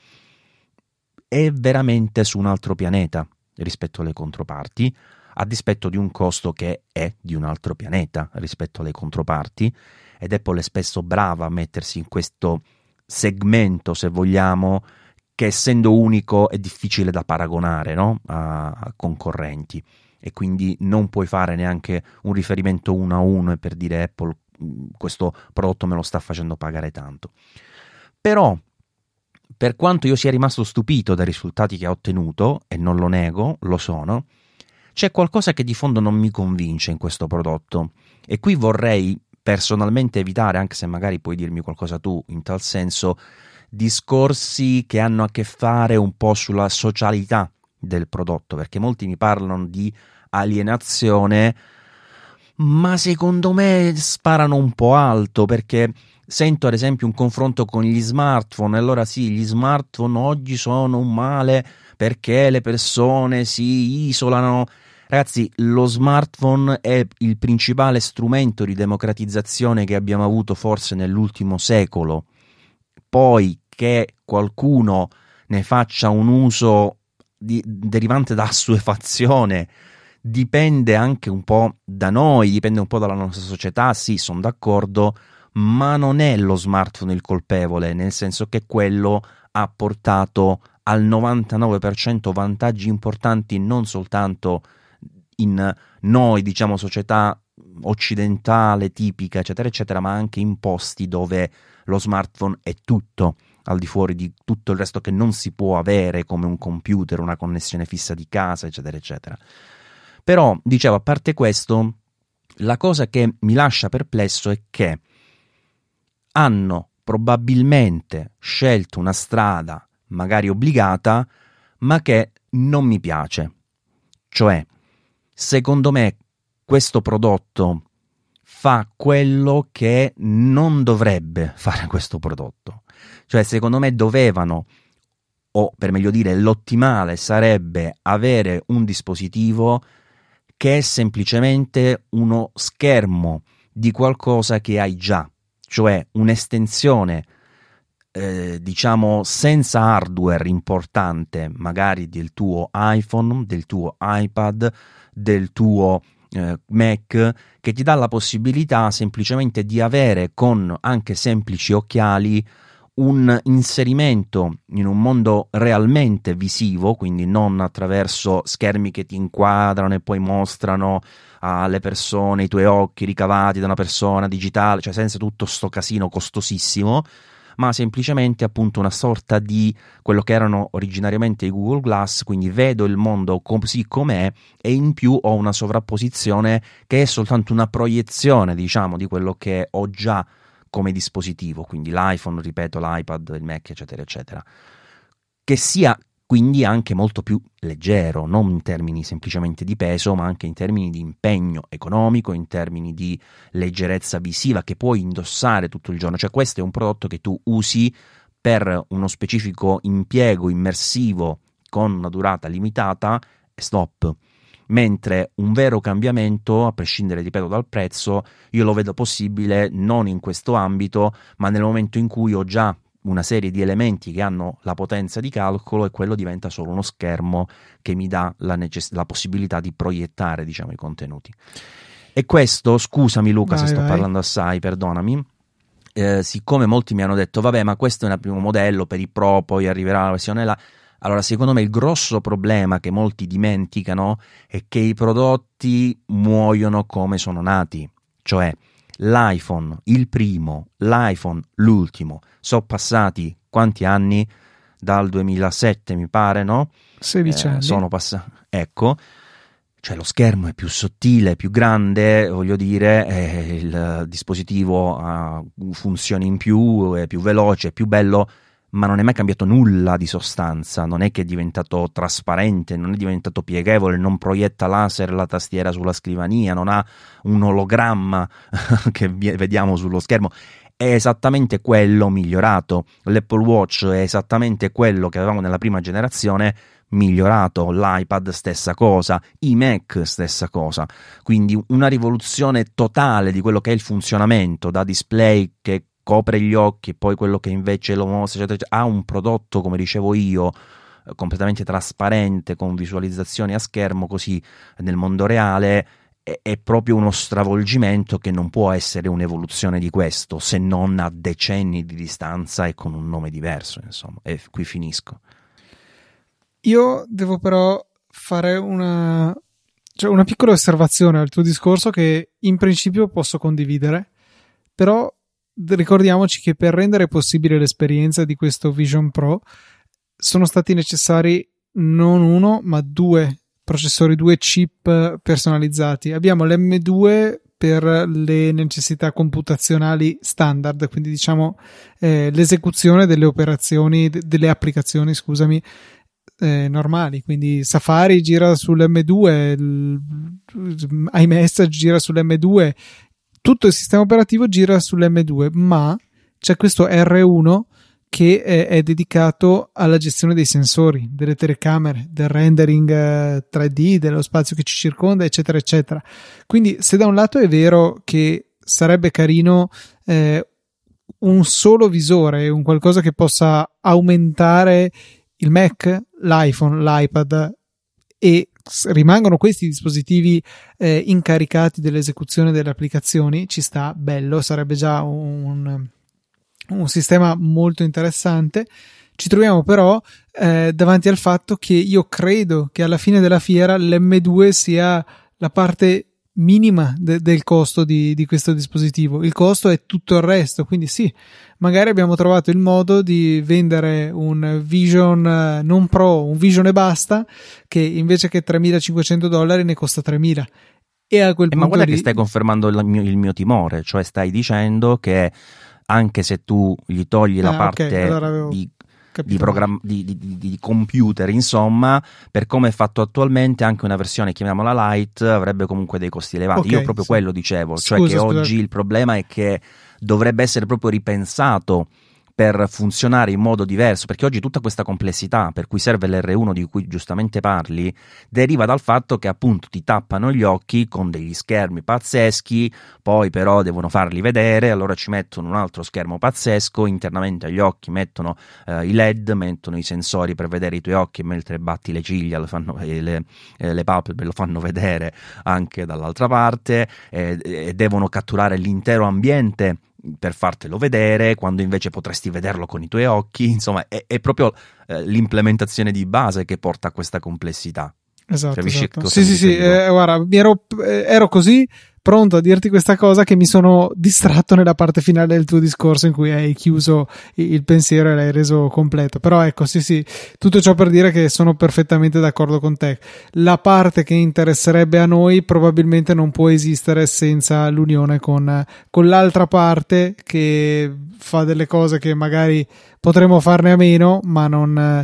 è veramente su un altro pianeta rispetto alle controparti, a dispetto di un costo che è di un altro pianeta rispetto alle controparti, ed Apple è spesso brava a mettersi in questo segmento, se vogliamo, che essendo unico è difficile da paragonare, no? a concorrenti, e quindi non puoi fare neanche un riferimento uno a uno e per dire Apple questo prodotto me lo sta facendo pagare tanto. Però per quanto io sia rimasto stupito dai risultati che ha ottenuto, e non lo nego, lo sono, c'è qualcosa che di fondo non mi convince in questo prodotto, e qui vorrei personalmente evitare, anche se magari puoi dirmi qualcosa tu in tal senso, discorsi che hanno a che fare un po' sulla socialità del prodotto, perché molti mi parlano di alienazione, ma secondo me sparano un po' alto, perché sento ad esempio un confronto con gli smartphone, e allora sì, gli smartphone oggi sono un male perché le persone si isolano. Ragazzi, lo smartphone è il principale strumento di democratizzazione che abbiamo avuto forse nell'ultimo secolo. Poi che qualcuno ne faccia un uso derivante da assuefazione dipende anche un po' da noi, dipende un po' dalla nostra società, sì, sono d'accordo, ma non è lo smartphone il colpevole, nel senso che quello ha portato al 99% vantaggi importanti non soltanto in noi, diciamo, società occidentale tipica, eccetera, eccetera, ma anche in posti dove lo smartphone è tutto, al di fuori di tutto il resto che non si può avere, come un computer, una connessione fissa di casa, eccetera, eccetera. Però, dicevo, a parte questo, la cosa che mi lascia perplesso è che hanno probabilmente scelto una strada magari obbligata, ma che non mi piace. Cioè, secondo me questo prodotto fa quello che non dovrebbe fare questo prodotto. Cioè, secondo me dovevano, o per meglio dire, l'ottimale sarebbe avere un dispositivo che è semplicemente uno schermo di qualcosa che hai già, cioè un'estensione diciamo senza hardware importante, magari del tuo iPhone, del tuo iPad, del tuo Mac, che ti dà la possibilità semplicemente di avere con anche semplici occhiali un inserimento in un mondo realmente visivo, quindi non attraverso schermi che ti inquadrano e poi mostrano alle persone i tuoi occhi ricavati da una persona digitale, cioè senza tutto sto casino costosissimo, ma semplicemente appunto una sorta di quello che erano originariamente i Google Glass, quindi vedo il mondo così com'è e in più ho una sovrapposizione che è soltanto una proiezione, diciamo, di quello che ho già come dispositivo, quindi l'iPhone, ripeto, l'iPad, il Mac, eccetera, eccetera, che sia quindi anche molto più leggero, non in termini semplicemente di peso, ma anche in termini di impegno economico, in termini di leggerezza visiva che puoi indossare tutto il giorno. Cioè questo è un prodotto che tu usi per uno specifico impiego immersivo con una durata limitata e stop. Mentre un vero cambiamento, a prescindere, ripeto, dal prezzo, io lo vedo possibile non in questo ambito, ma nel momento in cui ho già una serie di elementi che hanno la potenza di calcolo e quello diventa solo uno schermo che mi dà la possibilità di proiettare, diciamo, i contenuti. E questo, scusami Luca se sto parlando assai, perdonami, siccome molti mi hanno detto vabbè, ma questo è il primo modello per i Pro, poi arriverà la versione là. Allora, secondo me il grosso problema che molti dimenticano è che i prodotti muoiono come sono nati, cioè l'iPhone, il primo, l'iPhone, l'ultimo, sono passati quanti anni? Dal 2007 mi pare, no? 16 anni. Sono passati, ecco, cioè lo schermo è più sottile, più grande, voglio dire, il dispositivo ha funzioni in più, è più veloce, è più bello, ma non è mai cambiato nulla di sostanza, non è che è diventato trasparente, non è diventato pieghevole, non proietta laser la tastiera sulla scrivania, non ha un ologramma che vediamo sullo schermo, è esattamente quello migliorato. L'Apple Watch è esattamente quello che avevamo nella prima generazione migliorato, l'iPad stessa cosa, i Mac stessa cosa, quindi una rivoluzione totale di quello che è il funzionamento, da display che copre gli occhi e poi quello che invece lo mostra, eccetera, eccetera, ha un prodotto, come dicevo io, completamente trasparente con visualizzazioni a schermo, così nel mondo reale è proprio uno stravolgimento che non può essere un'evoluzione di questo, se non a decenni di distanza e con un nome diverso, insomma. E qui finisco. Io devo però fare una piccola osservazione al tuo discorso che in principio posso condividere, però ricordiamoci che per rendere possibile l'esperienza di questo Vision Pro sono stati necessari non uno ma due processori, due chip personalizzati. Abbiamo l'M2 per le necessità computazionali standard, quindi diciamo l'esecuzione delle operazioni, delle applicazioni, scusami, normali, quindi Safari gira sull'M2, iMessage gira sull'M2, tutto il sistema operativo gira sull'M2, ma c'è questo R1 che è dedicato alla gestione dei sensori, delle telecamere, del rendering 3D, dello spazio che ci circonda, eccetera, eccetera. Quindi se da un lato è vero che sarebbe carino un solo visore, un qualcosa che possa aumentare il Mac, l'iPhone, l'iPad e rimangono questi dispositivi incaricati dell'esecuzione delle applicazioni, ci sta, bello, sarebbe già un sistema molto interessante. Ci troviamo però davanti al fatto che io credo che alla fine della fiera l'M2 sia la parte minima del costo di questo dispositivo. Il costo è tutto il resto, quindi sì, magari abbiamo trovato il modo di vendere un Vision non Pro, un Vision e basta, che invece che $3.500 ne costa 3.000. E a quel punto ma guarda che stai confermando il mio timore, cioè stai dicendo che anche se tu gli togli la parte okay. Allora di computer, insomma, per come è fatto attualmente, anche una versione, chiamiamola light, avrebbe comunque dei costi elevati. Io proprio quello dicevo, cioè che oggi il problema è che dovrebbe essere proprio ripensato per funzionare in modo diverso, perché oggi tutta questa complessità per cui serve l'R1 di cui giustamente parli deriva dal fatto che appunto ti tappano gli occhi con degli schermi pazzeschi, poi però devono farli vedere, allora ci mettono un altro schermo pazzesco, internamente agli occhi mettono i LED, mettono i sensori per vedere i tuoi occhi, mentre batti le ciglia le palpebre lo fanno vedere anche dall'altra parte, e devono catturare l'intero ambiente per fartelo vedere, quando invece potresti vederlo con i tuoi occhi. Insomma, è proprio l'implementazione di base che porta a questa complessità. Esatto. Sì, guarda, ero così pronto a dirti questa cosa che mi sono distratto nella parte finale del tuo discorso in cui hai chiuso il pensiero e l'hai reso completo. Però ecco, sì, tutto ciò per dire che sono perfettamente d'accordo con te. La parte che interesserebbe a noi probabilmente non può esistere senza l'unione con l'altra parte, che fa delle cose che magari potremmo farne a meno, ma non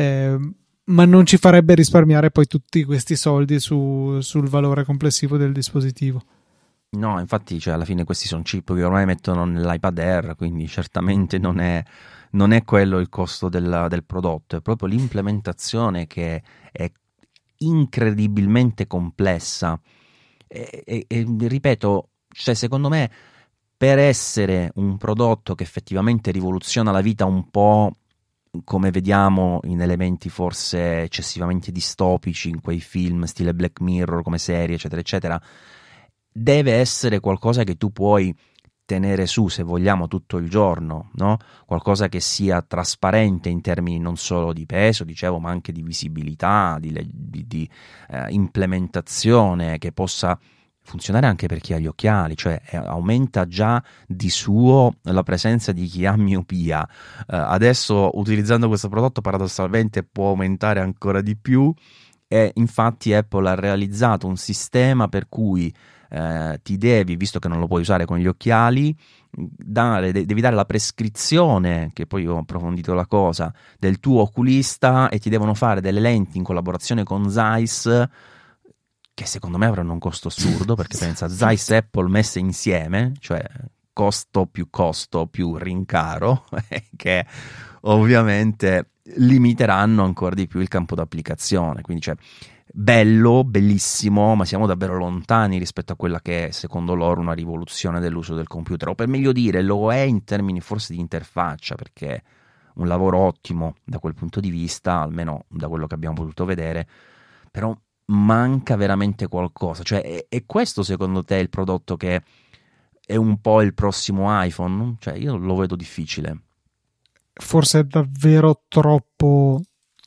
ci farebbe risparmiare poi tutti questi soldi sul valore complessivo del dispositivo. No, infatti, cioè, alla fine questi sono chip che ormai mettono nell'iPad Air, quindi certamente non è quello il costo del prodotto, è proprio l'implementazione che è incredibilmente complessa. E ripeto, cioè, secondo me, per essere un prodotto che effettivamente rivoluziona la vita un po' come vediamo in elementi forse eccessivamente distopici in quei film stile Black Mirror, come serie eccetera eccetera, deve essere qualcosa che tu puoi tenere su, se vogliamo, tutto il giorno, no? Qualcosa che sia trasparente in termini non solo di peso, dicevo, ma anche di visibilità, di implementazione, che possa funzionare anche per chi ha gli occhiali, cioè aumenta già di suo la presenza di chi ha miopia. Adesso, utilizzando questo prodotto, paradossalmente può aumentare ancora di più, e infatti Apple ha realizzato un sistema per cui ti devi, visto che non lo puoi usare con gli occhiali, devi dare la prescrizione, che poi ho approfondito la cosa, del tuo oculista, e ti devono fare delle lenti in collaborazione con Zeiss, che secondo me avranno un costo assurdo, perché pensa, Zeiss e Apple messe insieme, cioè costo più rincaro, che ovviamente limiteranno ancora di più il campo d'applicazione. Quindi, cioè, bello, bellissimo, ma siamo davvero lontani rispetto a quella che è, secondo loro, una rivoluzione dell'uso del computer, o per meglio dire lo è in termini forse di interfaccia, perché un lavoro ottimo da quel punto di vista, almeno da quello che abbiamo potuto vedere, però manca veramente qualcosa. Cioè, è questo secondo te il prodotto che è un po' il prossimo iPhone? Cioè, io lo vedo difficile. Forse è davvero troppo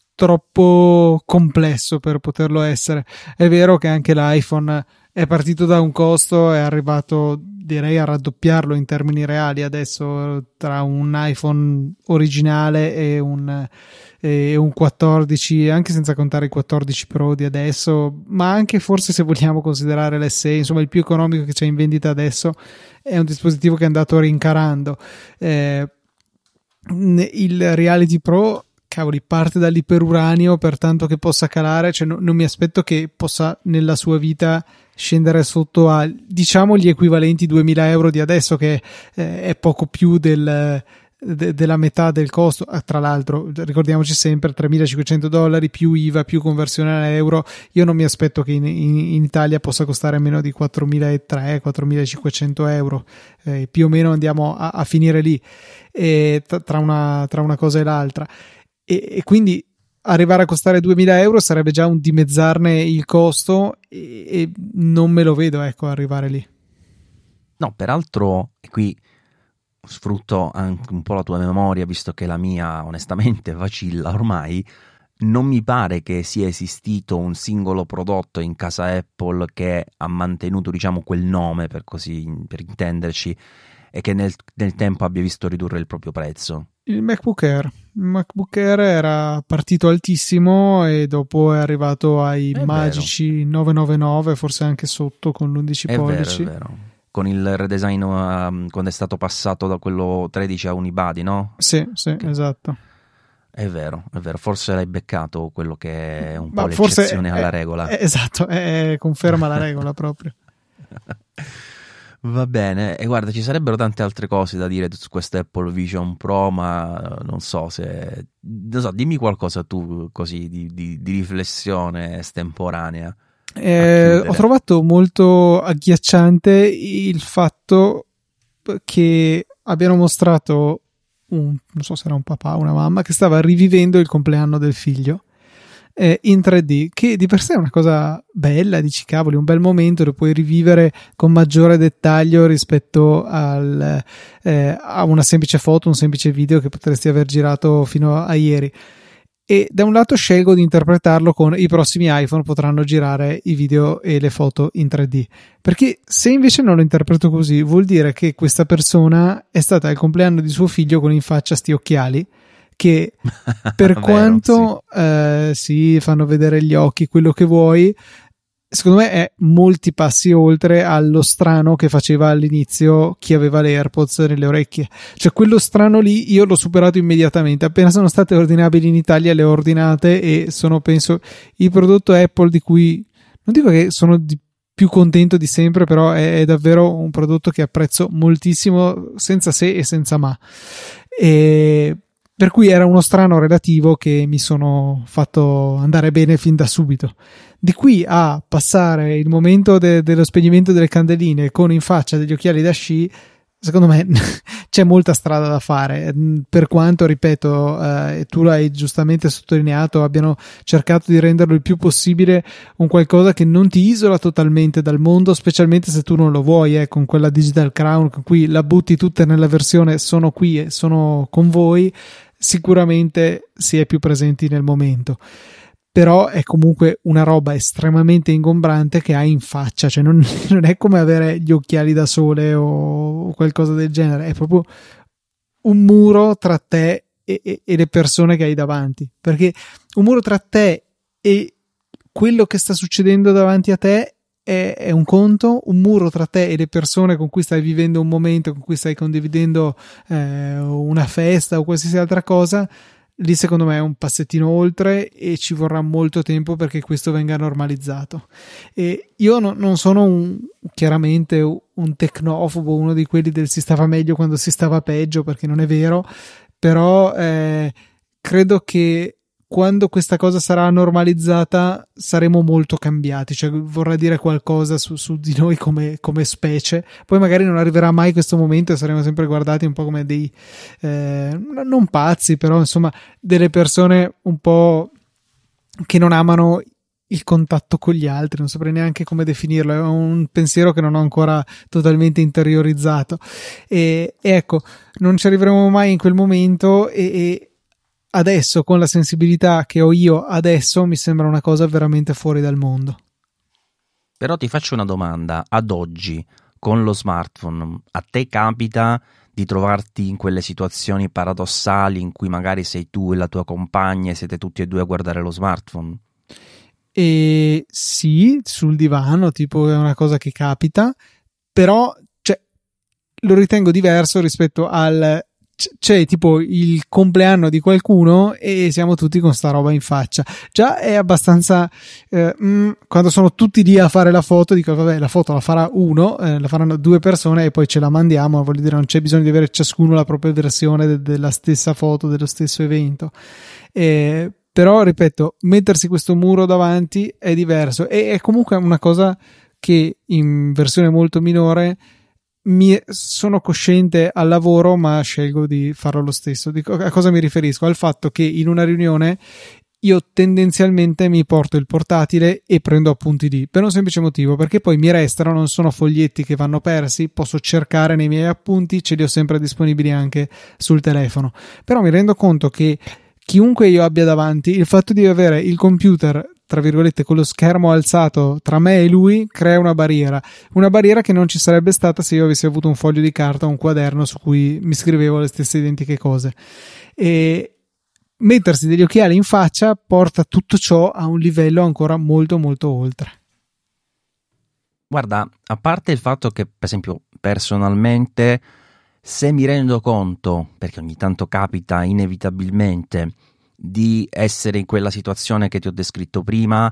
complesso per poterlo essere. È vero che anche l'iPhone è partito da un costo, è arrivato, direi, a raddoppiarlo in termini reali adesso, tra un iPhone originale e un 14, anche senza contare i 14 Pro di adesso, ma anche forse se vogliamo considerare l'SE, insomma il più economico che c'è in vendita adesso, è un dispositivo che è andato rincarando. Il Reality Pro, cavoli, parte dall'iperuranio, per tanto che possa calare, cioè non mi aspetto che possa nella sua vita scendere sotto a, diciamo, gli equivalenti 2000 euro di adesso, che è poco più della metà del costo. Tra l'altro, ricordiamoci sempre, $3.500 più IVA più conversione all'euro. Io non mi aspetto che in Italia possa costare meno di 4.300-4.500 euro, più o meno andiamo a finire lì, tra una cosa e l'altra, e quindi arrivare a costare 2.000 euro sarebbe già un dimezzarne il costo, e non me lo vedo, ecco, arrivare lì. No, peraltro, e qui sfrutto anche un po' la tua memoria, visto che la mia onestamente vacilla ormai, non mi pare che sia esistito un singolo prodotto in casa Apple che ha mantenuto, diciamo, quel nome, per intenderci, e che nel tempo abbia visto ridurre il proprio prezzo. Il MacBook Air era partito altissimo e dopo è arrivato ai magici 999, forse anche sotto, con l'11 pollici. Vero. con il redesign quando è stato passato da quello 13 a Unibody, no? Sì, esatto. È vero, forse l'hai beccato, quello che è un Ma po' l'eccezione alla regola. Esatto, conferma la regola proprio. Va bene, e guarda, ci sarebbero tante altre cose da dire su questo Apple Vision Pro, ma non so, dimmi qualcosa tu così di riflessione estemporanea. Ho trovato molto agghiacciante il fatto che abbiano mostrato non so se era un papà o una mamma che stava rivivendo il compleanno del figlio in 3D, che di per sé è una cosa bella, dici cavoli, un bel momento, lo puoi rivivere con maggiore dettaglio rispetto a una semplice foto, un semplice video che potresti aver girato fino a ieri. E da un lato scelgo di interpretarlo con i prossimi iPhone potranno girare i video e le foto in 3D, perché se invece non lo interpreto così vuol dire che questa persona è stata al compleanno di suo figlio con in faccia sti occhiali che per Vero, quanto sì, fanno vedere gli occhi, quello che vuoi, secondo me è molti passi oltre allo strano che faceva all'inizio chi aveva le AirPods nelle orecchie. Cioè quello strano lì io l'ho superato immediatamente, appena sono state ordinabili in Italia le ho ordinate e sono, penso, il prodotto Apple di cui non dico che sono più contento di sempre, però è davvero un prodotto che apprezzo moltissimo, senza se e senza ma. E per cui era uno strano relativo che mi sono fatto andare bene fin da subito. Di qui a passare il momento dello spegnimento delle candeline con in faccia degli occhiali da sci, secondo me c'è molta strada da fare, per quanto, ripeto, tu l'hai giustamente sottolineato, abbiano cercato di renderlo il più possibile un qualcosa che non ti isola totalmente dal mondo, specialmente se tu non lo vuoi, con quella Digital Crown con cui la butti tutta nella versione sono qui e sono con voi, sicuramente si è più presenti nel momento. Però è comunque una roba estremamente ingombrante che hai in faccia, cioè non è come avere gli occhiali da sole o qualcosa del genere, è proprio un muro tra te e le persone che hai davanti, perché un muro tra te e quello che sta succedendo davanti a te è un conto, un muro tra te e le persone con cui stai vivendo un momento, con cui stai condividendo una festa o qualsiasi altra cosa. Lì secondo me è un passettino oltre e ci vorrà molto tempo perché questo venga normalizzato. E io non sono chiaramente un tecnofobo, uno di quelli del si stava meglio quando si stava peggio, perché non è vero, però credo che quando questa cosa sarà normalizzata saremo molto cambiati, cioè vorrà dire qualcosa su di noi come specie. Poi magari non arriverà mai questo momento e saremo sempre guardati un po' come dei non pazzi, però insomma delle persone un po' che non amano il contatto con gli altri, non saprei neanche come definirlo, è un pensiero che non ho ancora totalmente interiorizzato e ecco, non ci arriveremo mai in quel momento e adesso, con la sensibilità che ho io adesso, mi sembra una cosa veramente fuori dal mondo. Però ti faccio una domanda, ad oggi con lo smartphone a te capita di trovarti in quelle situazioni paradossali in cui magari sei tu e la tua compagna e siete tutti e due a guardare lo smartphone? E sì, sul divano, tipo, è una cosa che capita, però cioè, lo ritengo diverso rispetto al c'è tipo il compleanno di qualcuno e siamo tutti con sta roba in faccia. Già è abbastanza quando sono tutti lì a fare la foto dico vabbè, la foto la farà uno, la faranno due persone e poi ce la mandiamo, voglio dire non c'è bisogno di avere ciascuno la propria versione della stessa foto, dello stesso evento. Però ripeto, mettersi questo muro davanti è diverso e è comunque una cosa che in versione molto minore sono cosciente al lavoro, ma scelgo di farlo lo stesso. A cosa mi riferisco? Al fatto che in una riunione io tendenzialmente mi porto il portatile e prendo appunti lì, per un semplice motivo, perché poi mi restano, non sono foglietti che vanno persi, posso cercare nei miei appunti, ce li ho sempre disponibili anche sul telefono. Però mi rendo conto che chiunque io abbia davanti, il fatto di avere il computer tra virgolette con lo schermo alzato tra me e lui crea una barriera che non ci sarebbe stata se io avessi avuto un foglio di carta o un quaderno su cui mi scrivevo le stesse identiche cose. E mettersi degli occhiali in faccia porta tutto ciò a un livello ancora molto molto oltre. Guarda, a parte il fatto che, per esempio, personalmente, se mi rendo conto, perché ogni tanto capita inevitabilmente, di essere in quella situazione che ti ho descritto prima,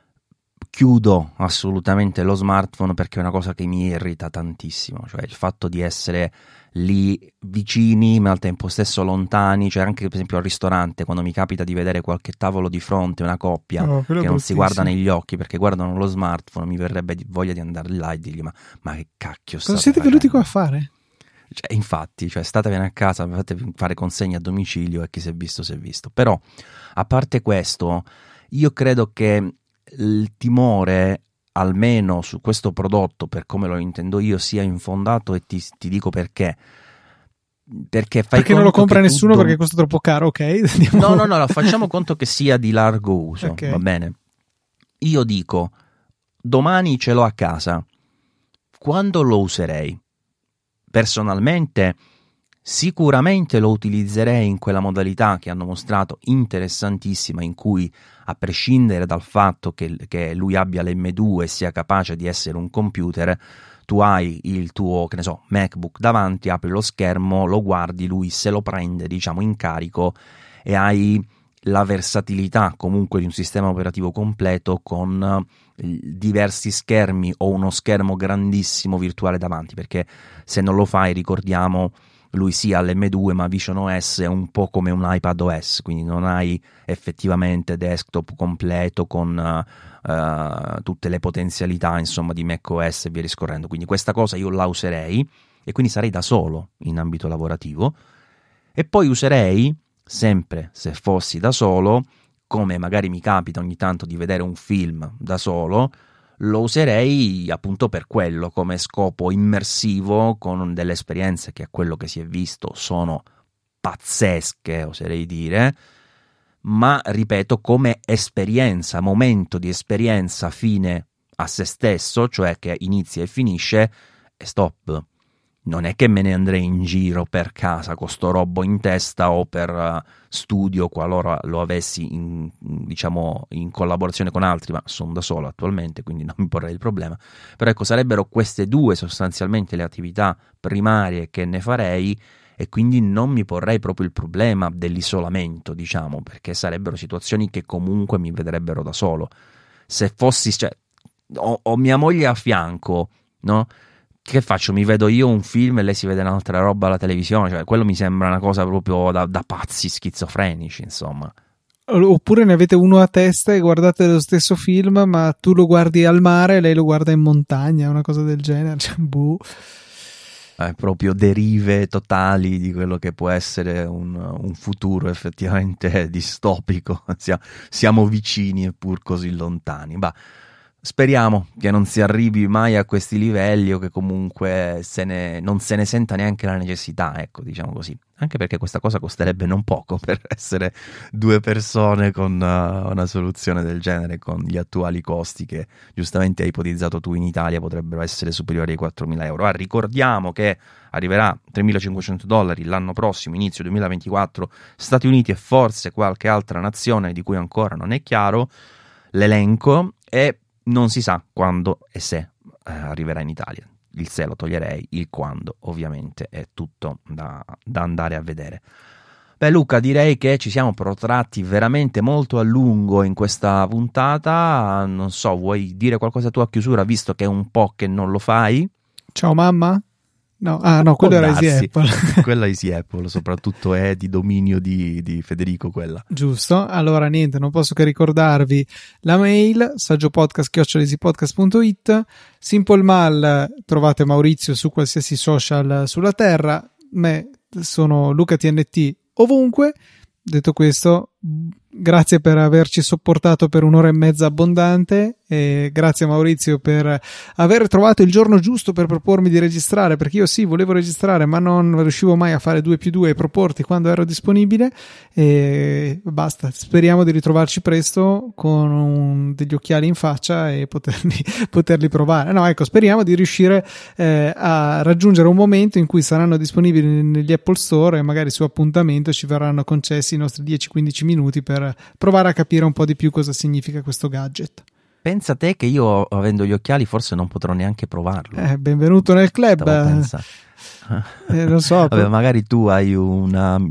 chiudo assolutamente lo smartphone, perché è una cosa che mi irrita tantissimo, cioè il fatto di essere lì vicini ma al tempo stesso lontani, cioè anche per esempio al ristorante, quando mi capita di vedere qualche tavolo di fronte, una coppia che non si guarda negli occhi perché guardano lo smartphone, mi verrebbe voglia di andare là e dirgli ma che cacchio cosa siete venuti qua a fare? Cioè, infatti, cioè, statevene a casa, fate fare consegne a domicilio e chi si è visto si è visto. Però, a parte questo, io credo che il timore, almeno su questo prodotto, per come lo intendo io, sia infondato, e ti dico perché. Perché non lo compra nessuno perché costa troppo caro, ok? No, facciamo conto che sia di largo uso, okay. Va bene? Io dico, domani ce l'ho a casa, quando lo userei? Personalmente sicuramente lo utilizzerei in quella modalità che hanno mostrato interessantissima, in cui, a prescindere dal fatto che lui abbia l'M2 e sia capace di essere un computer, tu hai il tuo, che ne so, MacBook davanti, apri lo schermo, lo guardi, lui se lo prende, diciamo, in carico, e hai la versatilità comunque di un sistema operativo completo con diversi schermi o uno schermo grandissimo virtuale davanti, perché se non lo fai, ricordiamo, lui sia l'M2 ma Vision OS è un po' come un iPad OS, quindi non hai effettivamente desktop completo con tutte le potenzialità, insomma, di macOS e via discorrendo. Quindi questa cosa io la userei, e quindi sarei da solo in ambito lavorativo, e poi userei, sempre se fossi da solo, come magari mi capita ogni tanto di vedere un film da solo, lo userei appunto per quello, come scopo immersivo, con delle esperienze che, a quello che si è visto, sono pazzesche, oserei dire, ma ripeto, come esperienza, momento di esperienza fine a se stesso, cioè che inizia e finisce e stop. Non è che me ne andrei in giro per casa con sto robo in testa, o per studio qualora lo avessi diciamo in collaborazione con altri, ma sono da solo attualmente, quindi non mi porrei il problema. Però ecco, sarebbero queste due sostanzialmente le attività primarie che ne farei, e quindi non mi porrei proprio il problema dell'isolamento, diciamo, perché sarebbero situazioni che comunque mi vedrebbero da solo. Se fossi, cioè, ho mia moglie a fianco, no? Che faccio? Mi vedo io un film e lei si vede un'altra roba alla televisione? Cioè, quello mi sembra una cosa proprio da pazzi schizofrenici, insomma. Oppure ne avete uno a testa e guardate lo stesso film, ma tu lo guardi al mare e lei lo guarda in montagna, una cosa del genere. Cioè, Proprio derive totali di quello che può essere un futuro effettivamente distopico. Siamo vicini eppur così lontani. Speriamo che non si arrivi mai a questi livelli, o che comunque non se ne senta neanche la necessità, ecco, diciamo così. Anche perché questa cosa costerebbe non poco, per essere due persone, con una soluzione del genere, con gli attuali costi che giustamente hai ipotizzato tu in Italia potrebbero essere superiori ai 4.000 euro. Ricordiamo che arriverà a $3.500 l'anno prossimo, inizio 2024, Stati Uniti e forse qualche altra nazione di cui ancora non è chiaro l'elenco, e non si sa quando e se arriverà in Italia. Il se lo toglierei, il quando ovviamente è tutto da andare a vedere. Beh, Luca, direi che ci siamo protratti veramente molto a lungo in questa puntata. Non so, vuoi dire qualcosa tu a chiusura, visto che è un po' che non lo fai? Ciao mamma? No, quello era Easy Apple. Quella Easy Apple, soprattutto è di dominio di Federico, quella. Giusto, allora niente, non posso che ricordarvi la mail saggiopodcast@easypodcast.it. Simple Mal, trovate Maurizio su qualsiasi social sulla terra, me sono Luca TNT ovunque. Detto questo, grazie per averci sopportato per un'ora e mezza abbondante, e grazie a Maurizio per aver trovato il giorno giusto per propormi di registrare, perché io sì, volevo registrare ma non riuscivo mai a fare 2+2 e proporti quando ero disponibile. E basta, speriamo di ritrovarci presto con degli occhiali in faccia e poterli provare. No, ecco, speriamo di riuscire a raggiungere un momento in cui saranno disponibili negli Apple Store, e magari su appuntamento ci verranno concessi i nostri 10-15 minuti per provare a capire un po' di più cosa significa questo gadget. Pensa te che io, avendo gli occhiali, forse non potrò neanche provarlo. Benvenuto nel club. Non so. Vabbè, magari tu hai un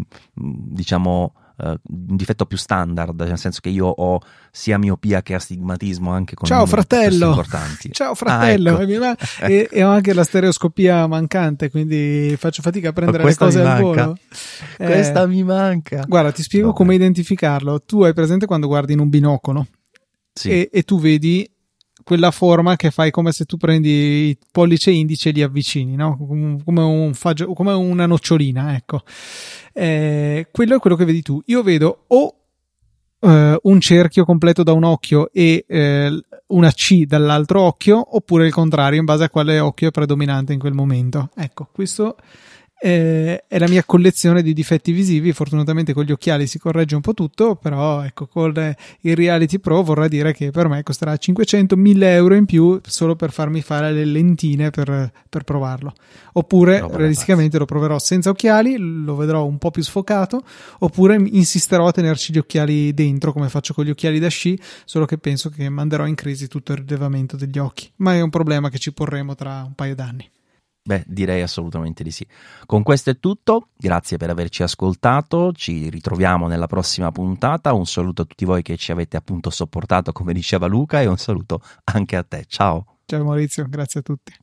difetto più standard, nel senso che io ho sia miopia che astigmatismo anche con Ciao fratello, importanti. Ciao fratello, Ecco. e ho anche la stereoscopia mancante, quindi faccio fatica a prendere le cose al volo. Questa mi manca. Guarda, ti spiego come identificarlo. Tu hai presente quando guardi in un binocolo? Sì. E tu vedi quella forma che fai come se tu prendi il pollice indice e li avvicini, no? Come una nocciolina, ecco. Quello è quello che vedi tu. Io vedo o un cerchio completo da un occhio e una C dall'altro occhio, oppure il contrario, in base a quale occhio è predominante in quel momento. Ecco, questo è la mia collezione di difetti visivi. Fortunatamente con gli occhiali si corregge un po' tutto, però ecco, con il Reality Pro vorrà dire che per me costerà 500-1000 euro in più solo per farmi fare le lentine per provarlo. Oppure realisticamente lo proverò senza occhiali, lo vedrò un po' più sfocato, oppure insisterò a tenerci gli occhiali dentro come faccio con gli occhiali da sci, solo che penso che manderò in crisi tutto il rilevamento degli occhi, ma è un problema che ci porremo tra un paio d'anni. Beh, direi assolutamente di sì. Con questo è tutto, grazie per averci ascoltato, ci ritroviamo nella prossima puntata, un saluto a tutti voi che ci avete appunto sopportato come diceva Luca e un saluto anche a te, ciao. Ciao Maurizio, grazie a tutti.